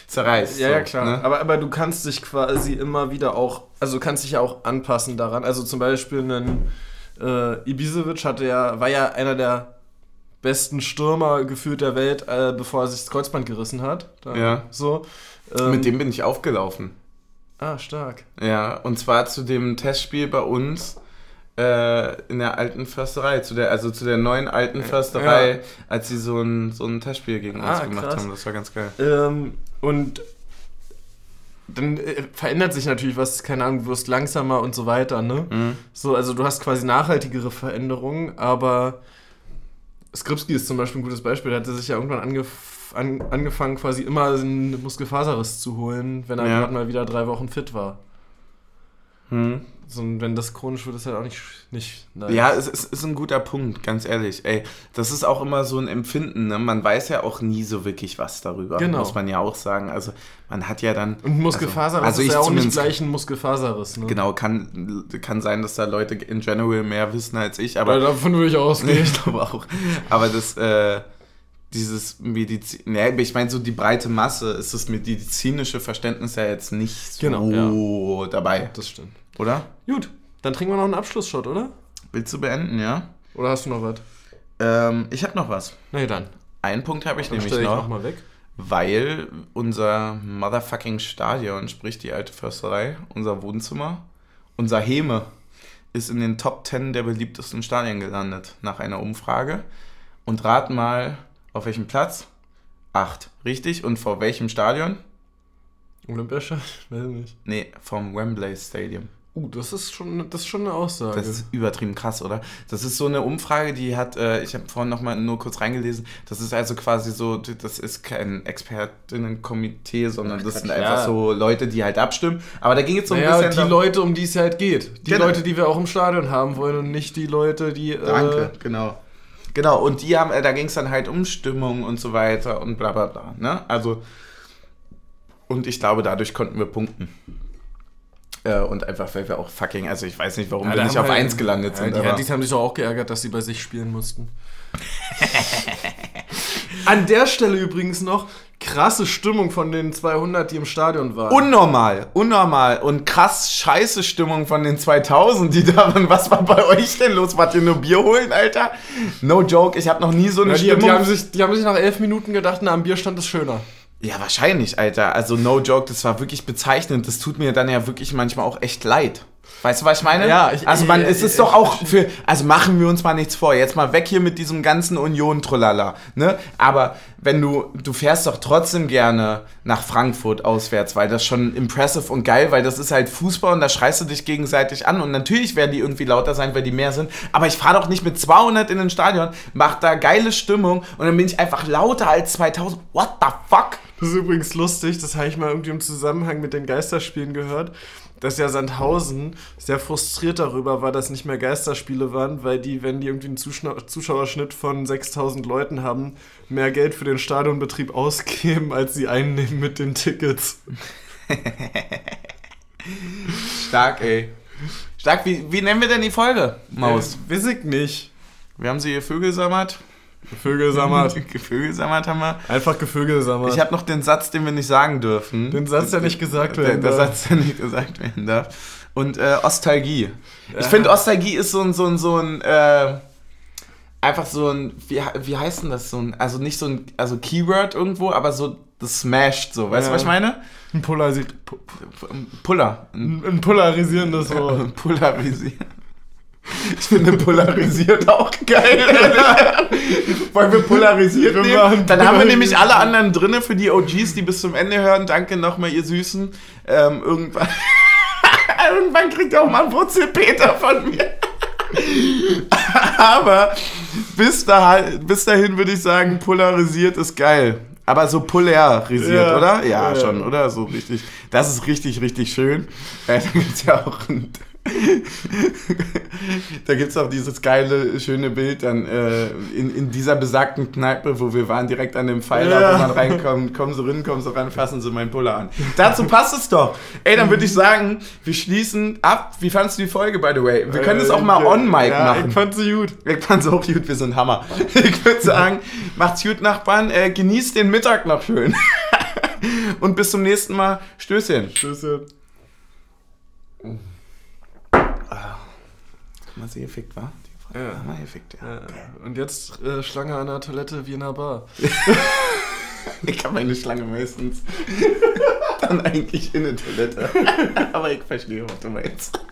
zerreißt. Ja, so, ja, klar. Ne? Aber, aber du kannst dich quasi immer wieder auch, also du kannst dich ja auch anpassen daran. Also zum Beispiel ein äh, Ibisevic hatte ja, war ja einer der besten Stürmer gefühlt der Welt, äh, bevor er sich das Kreuzband gerissen hat. Da, Ja. So. Ähm, Mit dem bin ich aufgelaufen. Ah, stark. Ja, und zwar zu dem Testspiel bei uns äh, in der alten Försterei, zu der, also zu der neuen alten Försterei, ja. als sie so ein, so ein Testspiel gegen uns ah, gemacht krass. haben. Das war ganz geil. Ähm, und dann äh, verändert sich natürlich was, keine Ahnung, du wirst langsamer und so weiter, ne? Mhm. So, also du hast quasi nachhaltigere Veränderungen, aber Skripski ist zum Beispiel ein gutes Beispiel, der hatte sich ja irgendwann angef- an, angefangen, quasi immer einen Muskelfaserriss zu holen, wenn er ja. gerade mal wieder drei Wochen fit war. Hm. So, wenn das chronisch wird, ist halt auch nicht, nicht nice. Ja, es ist, ist ein guter Punkt, ganz ehrlich. Ey, das ist auch immer so ein Empfinden, ne? Man weiß ja auch nie so wirklich was darüber, genau. muss man ja auch sagen. Also man hat ja dann... Und Muskelfaserriss also, also ist ja auch nicht gleich ein Muskelfaserriss. Ne? Genau, kann, kann sein, dass da Leute in general mehr wissen als ich. Aber ja, davon würde ich ausgehen. Ich glaube auch. Aber das... Äh, dieses Medizin, ne, ich meine so die breite Masse ist das medizinische Verständnis ja jetzt nicht so genau, ja. dabei. Das stimmt. Oder? Gut, dann trinken wir noch einen Abschlussshot, oder? Willst du beenden, ja? Oder hast du noch was? Ähm, ich habe noch was. Na ja, dann. Einen Punkt habe ich dann nämlich stell noch. Ich noch mal weg. Weil unser motherfucking Stadion, sprich die alte Försterei, unser Wohnzimmer, unser Heme, ist in den Top zehn der beliebtesten Stadien gelandet, nach einer Umfrage. Und rat mal, auf welchem Platz? Acht. Richtig? Und vor welchem Stadion? Olympiastadion? Weiß nicht. Nee, vom Wembley Stadium. Uh, das ist schon, das ist schon eine Aussage. Das ist übertrieben krass, oder? Das ist so eine Umfrage, die hat, äh, ich habe vorhin noch mal nur kurz reingelesen, das ist also quasi so, das ist kein Expertinnenkomitee, sondern Ach, das sind einfach ja. so Leute, die halt abstimmen. Aber da ging jetzt so ein naja, bisschen... die da- Leute, um die es halt geht. Die genau. Leute, die wir auch im Stadion haben wollen und nicht die Leute, die... Danke, äh, genau. Genau, und die haben, da ging es dann halt um Stimmung und so weiter und bla bla bla, ne? Also, und ich glaube, dadurch konnten wir punkten. Äh, und einfach, weil wir auch fucking, also ich weiß nicht, warum ja, wir nicht auf halt, eins gelandet ja, sind. Die, aber die haben sich doch auch geärgert, dass sie bei sich spielen mussten. An der Stelle übrigens noch krasse Stimmung von den zweihundert, die im Stadion waren. Unnormal, unnormal und krass scheiße Stimmung von den zweitausend, die da waren. Was war bei euch denn los? Wart ihr nur Bier holen, Alter? No joke, ich habe noch nie so eine ja, die, Stimmung... Die haben, sich, die haben sich nach elf Minuten gedacht, na, am Bierstand ist schöner. Ja, wahrscheinlich, Alter. Also no joke, das war wirklich bezeichnend. Das tut mir dann ja wirklich manchmal auch echt leid. Weißt du, was ich meine? Ja, ich, also man, ich, es ist ich, doch ich, auch für, also machen wir uns mal nichts vor. Jetzt mal weg hier mit diesem ganzen Union-Trolala, ne? Aber wenn du, du fährst doch trotzdem gerne nach Frankfurt auswärts, weil das schon impressive und geil, weil das ist halt Fußball und da schreist du dich gegenseitig an und natürlich werden die irgendwie lauter sein, weil die mehr sind. Aber ich fahre doch nicht mit zweihundert in den Stadion, mach da geile Stimmung und dann bin ich einfach lauter als zweitausend. What the fuck? Das ist übrigens lustig, das habe ich mal irgendwie im Zusammenhang mit den Geisterspielen gehört, dass ja Sandhausen sehr frustriert darüber war, dass nicht mehr Geisterspiele waren, weil die, wenn die irgendwie einen Zuschau- Zuschauerschnitt von sechstausend Leuten haben, mehr Geld für den Stadionbetrieb ausgeben, als sie einnehmen mit den Tickets. Stark, ey. Stark, wie, wie nennen wir denn die Folge, Maus? Äh, weiß ich nicht. Wir haben sie Gevögelsammert. Gevögelsammert. Gevögelsammert haben wir. Einfach Gevögelsammert. Ich habe noch den Satz, den wir nicht sagen dürfen. Den Satz, der nicht gesagt werden der, darf. Der Satz, der nicht gesagt werden darf. Und äh, Ostalgie. Ja. Ich finde, Ostalgie ist so ein, so ein, so ein, äh, einfach so ein, wie, wie heißt denn das? So ein, also nicht so ein, also Keyword irgendwo, aber so, das smashed so. Weißt du, ja. was ich meine? Ein Polarisi- Puller. Ein, ein polarisierendes Wort. Polarisieren. Ich finde polarisiert auch geil. Wollen wir polarisiert wir nehmen? Dann haben wir nämlich alle anderen drinne für die O Gs, die bis zum Ende hören. Danke nochmal, ihr Süßen. Ähm, irgendwann, irgendwann kriegt ihr auch mal einen Wurzelpeter von mir. Aber bis, da, bis dahin würde ich sagen, polarisiert ist geil. Aber so polarisiert, ja, oder? Ja, ja, schon, oder? So richtig. Das ist richtig, richtig schön. Äh, da gibt es ja auch ein... Da gibt es auch dieses geile, schöne Bild dann äh, in, in dieser besagten Kneipe, wo wir waren, direkt an dem Pfeiler, ja. wo man reinkommt, kommen Sie rein, kommen Sie ran, fassen Sie meinen Puller an. Dazu passt es doch. Ey, dann würde ich sagen, wir schließen ab. Wie fandest du die Folge, by the way? Wir können es auch mal on-mic ja, machen. Ich fand sie gut. Ich fand sie auch gut, wir sind Hammer. Ich würde sagen, macht's gut, Nachbarn. Äh, genießt den Mittag noch schön. Und bis zum nächsten Mal. Stößchen. Stößchen. Ah. Mal sie gefickt, wa? Die Frage Ja. mal gefickt, ja. Ja. Und jetzt äh, Schlange an der Toilette wie in einer Bar. Ich habe meine Schlange meistens dann eigentlich in der Toilette. Aber ich verstehe, was du meinst.